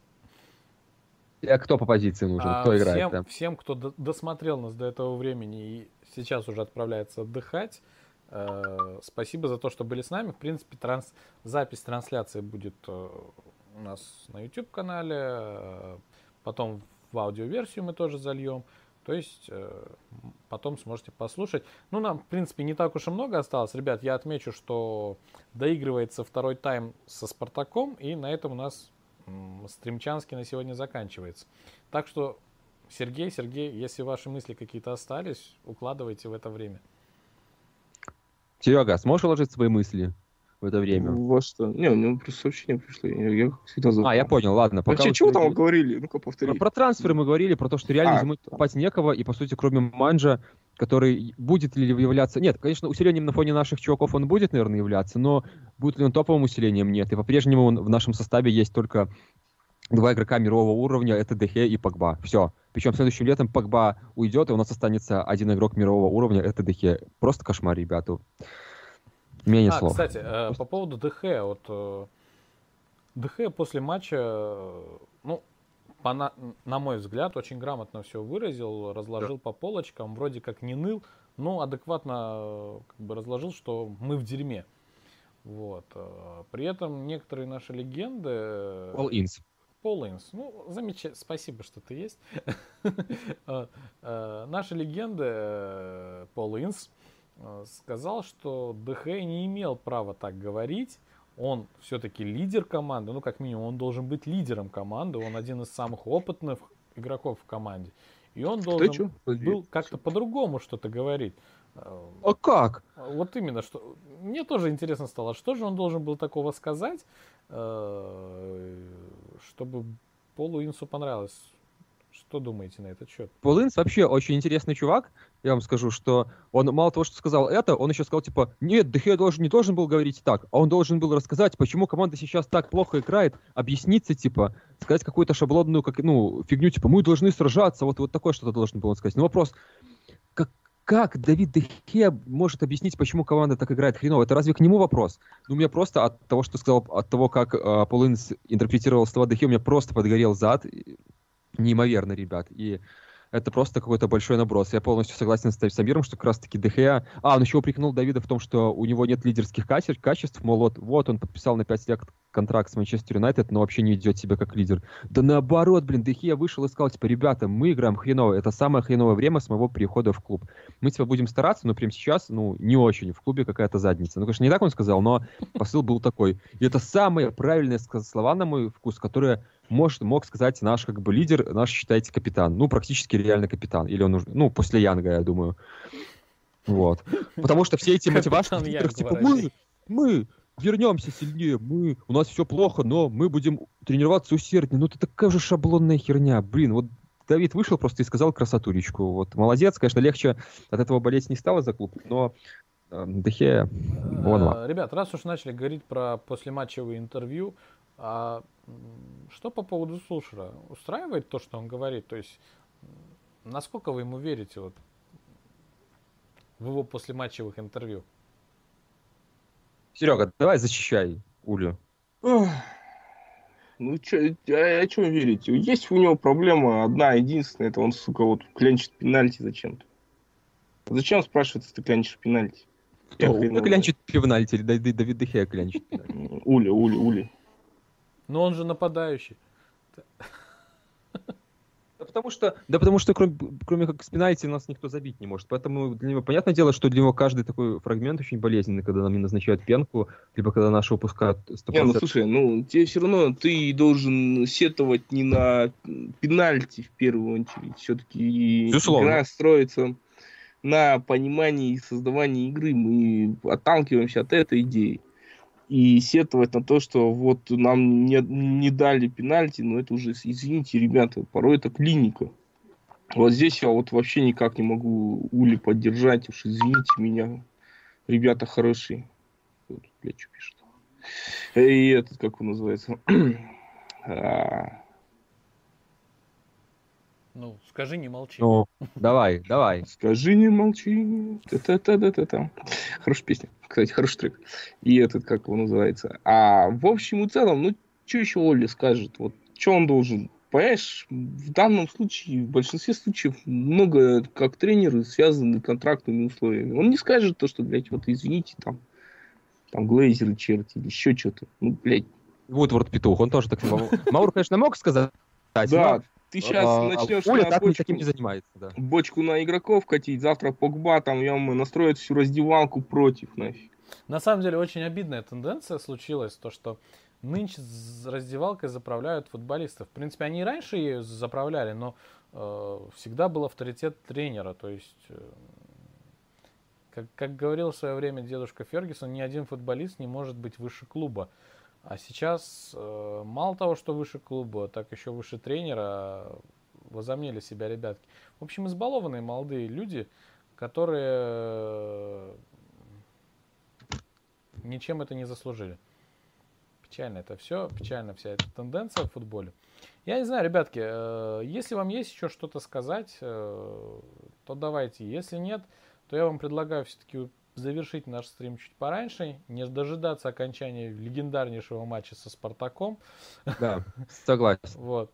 Кто по позиции нужен? Кто играет там? Всем, кто досмотрел нас до этого времени и сейчас уже отправляется отдыхать, спасибо за то, что были с нами. В принципе, запись трансляции будет у нас на YouTube-канале. Потом в аудиоверсию мы тоже зальем. То есть потом сможете послушать. Ну, нам, в принципе, не так уж и много осталось. Ребят, я отмечу, что доигрывается второй тайм со Спартаком. И на этом у нас стримчанский на сегодня заканчивается. Так что, Сергей, если ваши мысли какие-то остались, укладывайте в это время. Серега, сможешь уложить свои мысли в это время? Во что? Не, у него просто сообщение пришло. Я всегда забыл. Я понял, ладно. Вообще, чего там говорили? Ну-ка, повтори. Про трансферы мы говорили, про то, что реально зимой покупать некого, и, по сути, кроме Манджа, который будет ли являться... Нет, конечно, усилением на фоне наших чуваков он будет, наверное, являться, но будет ли он топовым усилением? Нет. И по-прежнему в нашем составе есть только два игрока мирового уровня, это Дехе и Погба. Все. Причем следующим летом Погба уйдет, и у нас останется один игрок мирового уровня, это Дехе. Просто кошмар, ребята. Менее слов. Кстати, по поводу Дехе. Дехе после матча, на мой взгляд, очень грамотно все выразил, разложил по полочкам, вроде как не ныл, но адекватно разложил, что мы в дерьме. Вот. При этом некоторые наши легенды... Пол Инс. Замечательно. Спасибо, что ты есть. Наши легенды Пол Инс сказал, что Дехе не имел права так говорить. Он все-таки лидер команды. Как минимум, он должен быть лидером команды. Он один из самых опытных игроков в команде. И он должен был как-то по-другому что-то говорить. А как? Вот именно, что мне тоже интересно стало, что же он должен был такого сказать, чтобы Полу Инсу понравилось. Что думаете на этот счет? Пол Инс вообще очень интересный чувак. Я вам скажу, что он мало того, что сказал это, он еще сказал, типа, нет, Дехе не должен был говорить так, а он должен был рассказать, почему команда сейчас так плохо играет, объясниться, типа, сказать какую-то шаблонную, фигню, типа, мы должны сражаться, вот такое что-то должен был он сказать. Но вопрос, как Давид Дехе может объяснить, почему команда так играет хреново? Это разве к нему вопрос? У меня просто от того, что сказал, от того, как Пол Инс интерпретировал слова Дехе, у меня просто подгорел зад. Неимоверно, ребят. И это просто какой-то большой наброс. Я полностью согласен с Самиром, что как раз-таки Дехеа... он еще упрекнул Давида в том, что у него нет лидерских качеств. Мол, вот он подписал на 5 лет контракт с Манчестер Юнайтед, но вообще не ведет себя как лидер. Да наоборот, Дехеа вышел и сказал, типа, ребята, мы играем хреново. Это самое хреновое время с моего прихода в клуб. Мы, типа, будем стараться, но прямо сейчас, не очень. В клубе какая-то задница. Конечно, не так он сказал, но посыл был такой. И это самые правильные слова, на мой вкус, которые... мог сказать наш лидер, наш, считайте, капитан. Практически реально капитан. Или он уже, после Янга, я думаю. Вот. Потому что все эти мотивации в твиттерах, типа, мы вернемся сильнее, у нас все плохо, но мы будем тренироваться усерднее. Это такая же шаблонная херня. Вот Давид вышел просто и сказал красотулечку. Вот, молодец, конечно, легче от этого болеть не стало за клуб, но Дехе, ребят, раз уж начали говорить про послематчевые интервью, что по поводу Сулшера? Устраивает то, что он говорит? То есть, насколько вы ему верите в его послематчевых интервью? Серега, давай защищай Улю. О чем верить? Есть у него проблема одна, единственная, это он, клянчит пенальти зачем-то. Зачем, спрашивается, ты клянчишь пенальти? Кто клянчит пенальти? Давид Дехе клянчит пенальти. Уля. Но он же нападающий. Потому что кроме как с пенальти нас никто забить не может. Поэтому для него, понятное дело, что для него каждый такой фрагмент очень болезненный, когда нам не назначают пенку, либо когда наши упускают 100%. Слушай, тебе все равно ты должен сетовать не на пенальти в первую очередь. Все-таки игра строится на понимании и создавании игры. Мы отталкиваемся от этой идеи. И сетовать на то, что нам не дали пенальти, это уже, извините, ребята, порой это клиника. Вот здесь я вообще никак не могу Ули поддержать, уж извините меня, ребята хорошие. Что пишет? И как он называется? Скажи, не молчи. Давай. Скажи, не молчи. Та-та-та-та-та. Хорошая песня. Кстати, хороший трек. И как его называется. В общем и целом, что еще Оля скажет? Что он должен? Понимаешь, в данном случае, в большинстве случаев, много как тренеры связаны контрактными условиями. Он не скажет то, что, извините, там глейзеры черти или еще что-то. Вудворд петух, он тоже так... Маур, конечно, мог сказать. Да, ты сейчас начнешь таким не занимается, да. Бочку на игроков катить, завтра Погба настроит всю раздевалку против, нафиг. На самом деле, очень обидная тенденция случилась, то, что нынче с раздевалкой заправляют футболистов. В принципе, они и раньше ее заправляли, но всегда был авторитет тренера. То есть, как говорил в свое время дедушка Фергюсон, ни один футболист не может быть выше клуба. А сейчас мало того, что выше клуба, так еще выше тренера возомнили себя ребятки. В общем, избалованные молодые люди, которые ничем это не заслужили. Печально это все, печально вся эта тенденция в футболе. Я не знаю, ребятки, если вам есть еще что-то сказать, то давайте. Если нет, то я вам предлагаю все-таки завершить наш стрим чуть пораньше, не дожидаться окончания легендарнейшего матча со Спартаком. Да, согласен. Вот.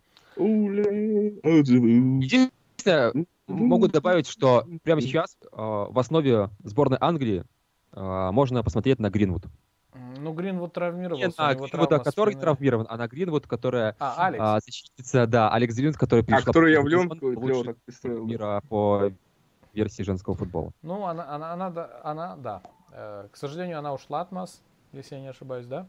Единственное, могу добавить, что прямо сейчас в основе сборной Англии можно посмотреть на Гринвуд. Ну, Гринвуд травмировался. Не на Гринвуда, который травмирован, а на Гринвуд, которая защитница, да, Алекс Гринвуд, которая пришла... которую я в Ленку мира по версии женского футбола. Ну, она, да. К сожалению, она ушла от нас, если я не ошибаюсь, да?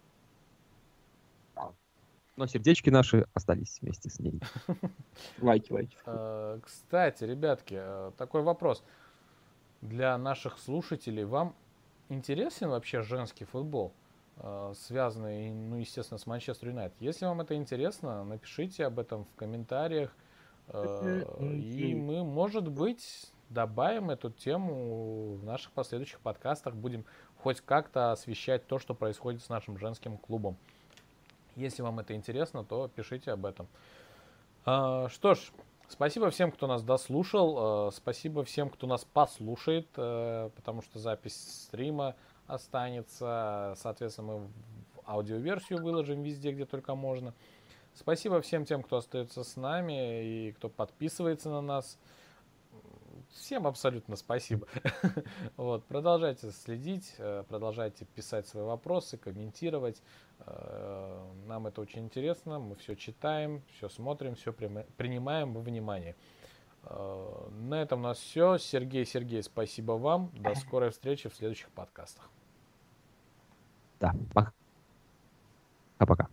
Но сердечки наши остались вместе с ней. Лайки. Кстати, ребятки, такой вопрос. Для наших слушателей, вам интересен вообще женский футбол, связанный, ну, естественно, с Манчестер Юнайтед? Если вам это интересно, напишите об этом в комментариях, и мы, может быть, добавим эту тему в наших последующих подкастах, будем хоть как-то освещать то, что происходит с нашим женским клубом. Если вам это интересно, то пишите об этом. Что ж, спасибо всем, кто нас дослушал. Спасибо всем, кто нас послушает, потому что запись стрима останется. Соответственно, мы аудиоверсию выложим везде, где только можно. Спасибо всем тем, кто остается с нами и кто подписывается на нас. Всем абсолютно спасибо. Вот, продолжайте следить, продолжайте писать свои вопросы, комментировать. Нам это очень интересно, мы все читаем, все смотрим, все принимаем во внимание. На этом у нас все. Сергей, спасибо вам. До скорой встречи в следующих подкастах. Да, пока.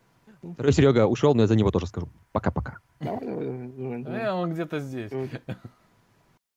Второй Серега ушел, но я за него тоже скажу. Пока-пока. Он где-то здесь.